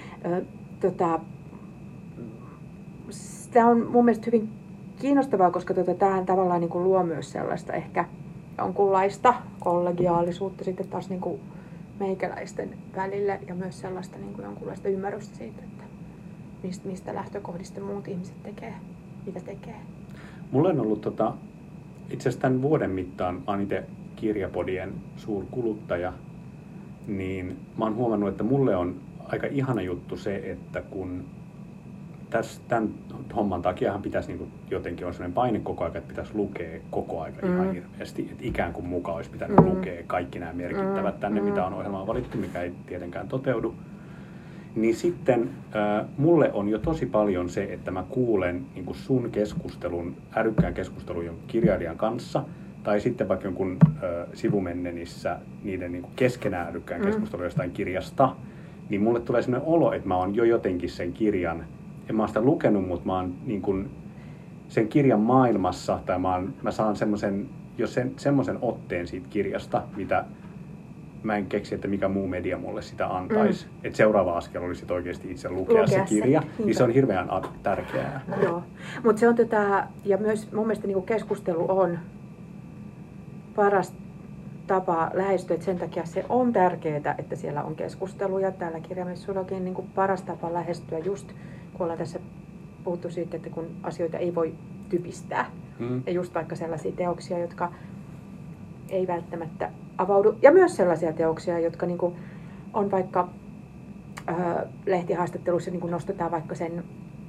Tämä on mun mielestä hyvin kiinnostavaa, koska tämähän tavallaan niin kuin luo myös sellaista ehkä jonkunlaista kollegiaalisuutta sitten taas niin kuin meikäläisten välillä ja myös sellaista niin kuin jonkunlaista ymmärrystä siitä, että mistä lähtökohdista muut ihmiset tekee, mitä tekee. Mulla on ollut itse asiassa tämän vuoden mittaan, mä oon itse kirjapodien suurkuluttaja, niin mä oon huomannut, että mulle on aika ihana juttu se, että kun tämän homman takiahan pitäisi niin kuin jotenkin on sellainen paine koko ajan, että pitäisi lukea koko aika ihan hirveästi. Että ikään kuin mukaan olisi pitänyt lukea kaikki nämä merkittävät tänne, mitä on ohjelmaan valittu, mikä ei tietenkään toteudu. Niin sitten mulle on jo tosi paljon se, että mä kuulen niin kuin sun keskustelun, älykkään keskustelun jonkun kirjailijan kanssa, tai sitten vaikka jonkun sivumennenissä niiden niin kuin keskenään älykkään keskustelun jostain kirjasta, niin mulle tulee sellainen olo, että mä oon jo jotenkin sen kirjan, en mä oon sitä lukenut, mutta mä oon niin kuin sen kirjan maailmassa, tai mä saan semmoisen otteen siitä kirjasta, mitä mä en keksi, että mikä muu media mulle sitä antaisi. Että seuraava askel olisi oikeasti itse lukea se kirja, niin se on hirveän tärkeää. Joo, mutta se on ja myös mun mielestä niinku keskustelu on paras tapa lähestyä, että sen takia se on tärkeää, että siellä on keskusteluja. Täällä kirjamessuillakin niin paras tapa lähestyä, just kun ollaan tässä puhuttu siitä, että kun asioita ei voi typistää. Ja just vaikka sellaisia teoksia, jotka ei välttämättä avaudu. Ja myös sellaisia teoksia, jotka niin kuin on vaikka lehtihaastatteluissa niin kuin nostetaan vaikka sen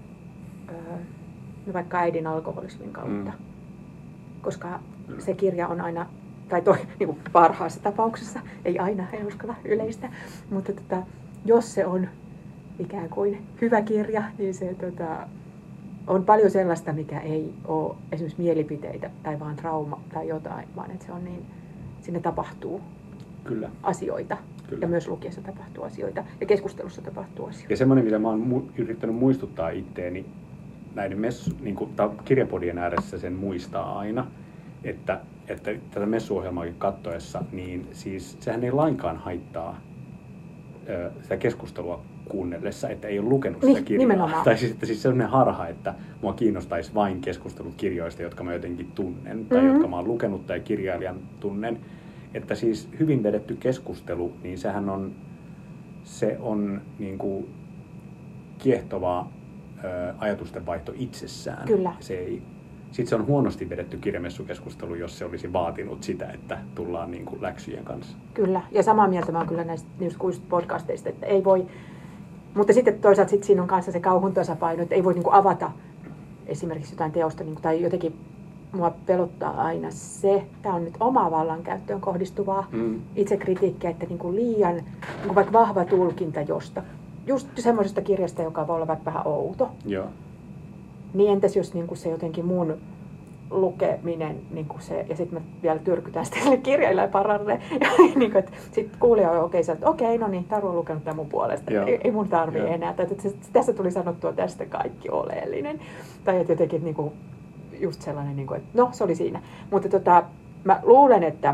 vaikka äidin alkoholismin kautta. Koska se kirja on aina, tai niin kuin parhaassa tapauksessa, ei aina, en uskalla yleistä, mutta jos se on ikään kuin hyvä kirja, niin se on paljon sellaista, mikä ei ole esimerkiksi mielipiteitä tai vaan trauma tai jotain, vaan että se on niin, sinne tapahtuu asioita. Kyllä. Ja myös lukiessa tapahtuu asioita ja keskustelussa tapahtuu asioita. Ja semmoinen, mitä mä oon yrittänyt muistuttaa itteeni näiden kirjapodien ääressä sen muistaa aina, että tätä messuohjelmaakin kattoessa, niin siis sehän ei lainkaan haittaa sitä keskustelua kuunnellessa, että ei ole lukenut sitä kirjaa. Nimenomaan. Tai siis, että siis sellainen harha, että mua kiinnostaisi vain keskustelut kirjoista, jotka mä jotenkin tunnen, tai jotka mä oon lukenut tai kirjailijan tunnen. Että siis hyvin vedetty keskustelu, niin se on niin kuin kiehtova ajatustenvaihto itsessään. Kyllä. Sitten se on huonosti vedetty kirjamessukeskustelu, jos se olisi vaatinut sitä, että tullaan niin kuin läksyjen kanssa. Kyllä, ja samaa mieltä mä oon kyllä näistä podcasteista, että ei voi, mutta sitten toisaalta siinä on kanssa se kauhun tasapaino, että ei voi niin kuin avata esimerkiksi jotain teosta, niin kuin, tai jotenkin mua pelottaa aina se, tämä on nyt omaa vallankäyttöön kohdistuvaa itsekritiikkiä, että niin kuin liian niin kuin vaikka vahva tulkinta just semmoisesta kirjasta, joka voi olla vaikka vähän outo. Joo. Niin entäs jos niin kuin se jotenkin mun lukeminen, niin kuin se, ja sitten me vielä tyrkytään sille kirjailijalle paralle, ja niin kuin, sitten kuulija on okei, no niin, Taru on lukenut tämän mun puolesta, ei mun tarvitse enää, tai että tässä tuli sanottua tästä kaikki oleellinen, tai että jotenkin niin kuin, just sellainen, niin kuin, että no, se oli siinä. Mutta mä luulen, että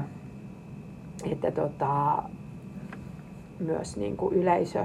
myös niin kuin yleisö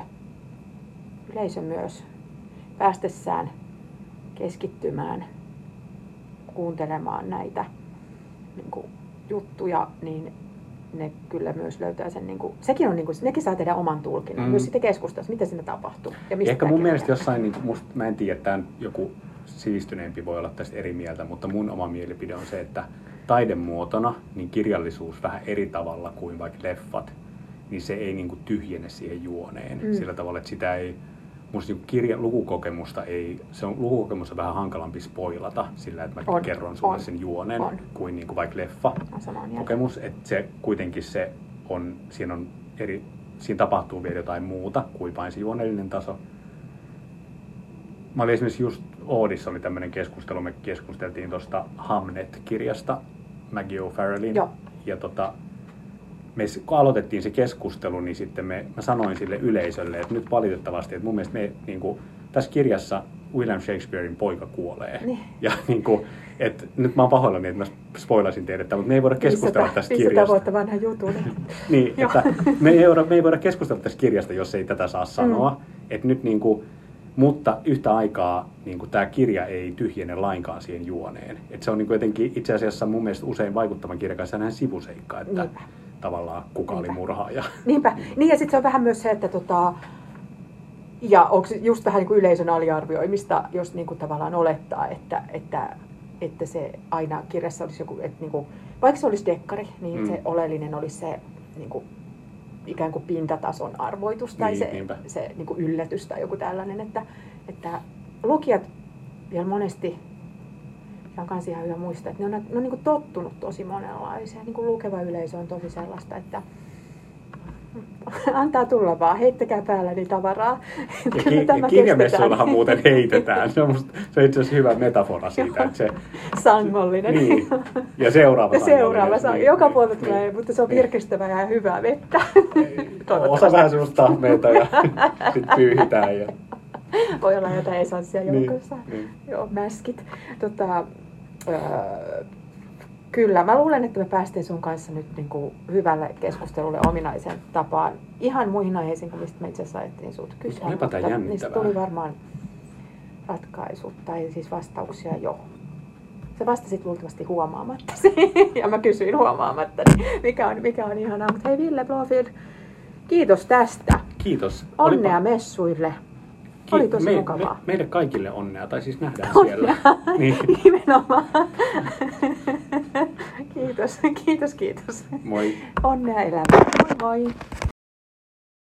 myös päästessään keskittymään kuuntelemaan näitä niin kuin, juttuja, niin ne kyllä myös löytää sen, niin kuin, sekin on, niin kuin, nekin saa tehdä oman tulkinnan, myös sitten keskustelussa, mitä siinä tapahtuu. Ja ehkä mun mielestä jossain, niin kuin, mä en tiedä, että joku sivistyneempi voi olla tästä eri mieltä, mutta mun oma mielipide on se, että taidemuotona niin kirjallisuus vähän eri tavalla kuin vaikka leffat, niin se ei niin kuin tyhjene siihen juoneen sillä tavalla, että sitä ei. Musta lukukokemusta lukukokemus on vähän hankalampi spoilata sillä, että mä kerron sulle sen juonen kuin niinku vaikka leffa-kokemus. Että se kuitenkin siinä tapahtuu vielä jotain muuta kuin vain se juonellinen taso. Mä olin esimerkiksi just Oodissa oli tämmöinen keskustelu, me keskusteltiin tuosta Hamnet-kirjasta Maggie O'Farrellin. Joo. Ja kun aloitettiin se keskustelu, niin sitten mä sanoin sille yleisölle, että nyt valitettavasti, että mun mielestä tässä kirjassa William Shakespearein poika kuolee. Niin. Ja että nyt mä oon pahoillani, että mä spoilasin teille, mutta me ei voida keskustella tästä kirjasta. 500 vuotta vanha jutun. Niin, että me ei voida keskustella tästä kirjasta, jos ei tätä saa sanoa. Että nyt mutta yhtä aikaa tämä kirja ei tyhjene lainkaan siihen juoneen. Että se on jotenkin itse asiassa mun mielestä usein vaikuttavan kirjan kanssa näin sivuseikka, että tavallaan kuka oli murhaaja. Niinpä. Niin ja sitten se on vähän myös se, että ja onko just vähän niin kuin yleisön aliarvioimista, jos niin kuin tavallaan olettaa, että se aina kirjassa olisi joku, että niin kuin, vaikka se olisi dekkari, niin se oleellinen olisi se niin kuin, ikään kuin pintatason arvoitus tai se niin kuin yllätys tai joku tällainen, että lukijat vielä monesti, ja on myös ihan hyvä muistaa, että ne on niin kuin tottunut tosi monenlaiseen. Niin kuin lukeva yleisö on tosi sellaista, että antaa tulla vaan, heittäkää päälläni tavaraa. Ja kirjamessuillahan muuten heitetään. Se on itse asiassa hyvä metafora siitä. Että se, sangollinen. Niin. Ja seuraava sangollinen. Niin, joka puolta tulee, mutta se on virkistävää ja hyvää vettä. Osa vähän semmoista tahmeita ja sitten pyyhitään. Ja... Voi olla jotain esanssia joukossa. Niin. Joo, mäskit. Kyllä, mä luulen, että me päästiin sun kanssa nyt niin kuin hyvälle keskustelulle ominaisen tapaan. Ihan muihin aiheisiin kuin mistä me itse asiassa ajettiin sut kysyä. Olipa tämä jännittävää. Niistä tuli varmaan ratkaisut tai siis vastauksia jo. Sä vastasit luultavasti huomaamatta ja mä kysyin huomaamatta, mikä on ihanaa. Mutta hei Ville Blåfield, kiitos tästä. Kiitos. Onnea messuille. Oli tosi mukavaa. Meille kaikille onnea, tai siis nähdään onnea. Siellä. Niin. Nimenomaan. Kiitos. Moi. Onnea elämään. Moi moi.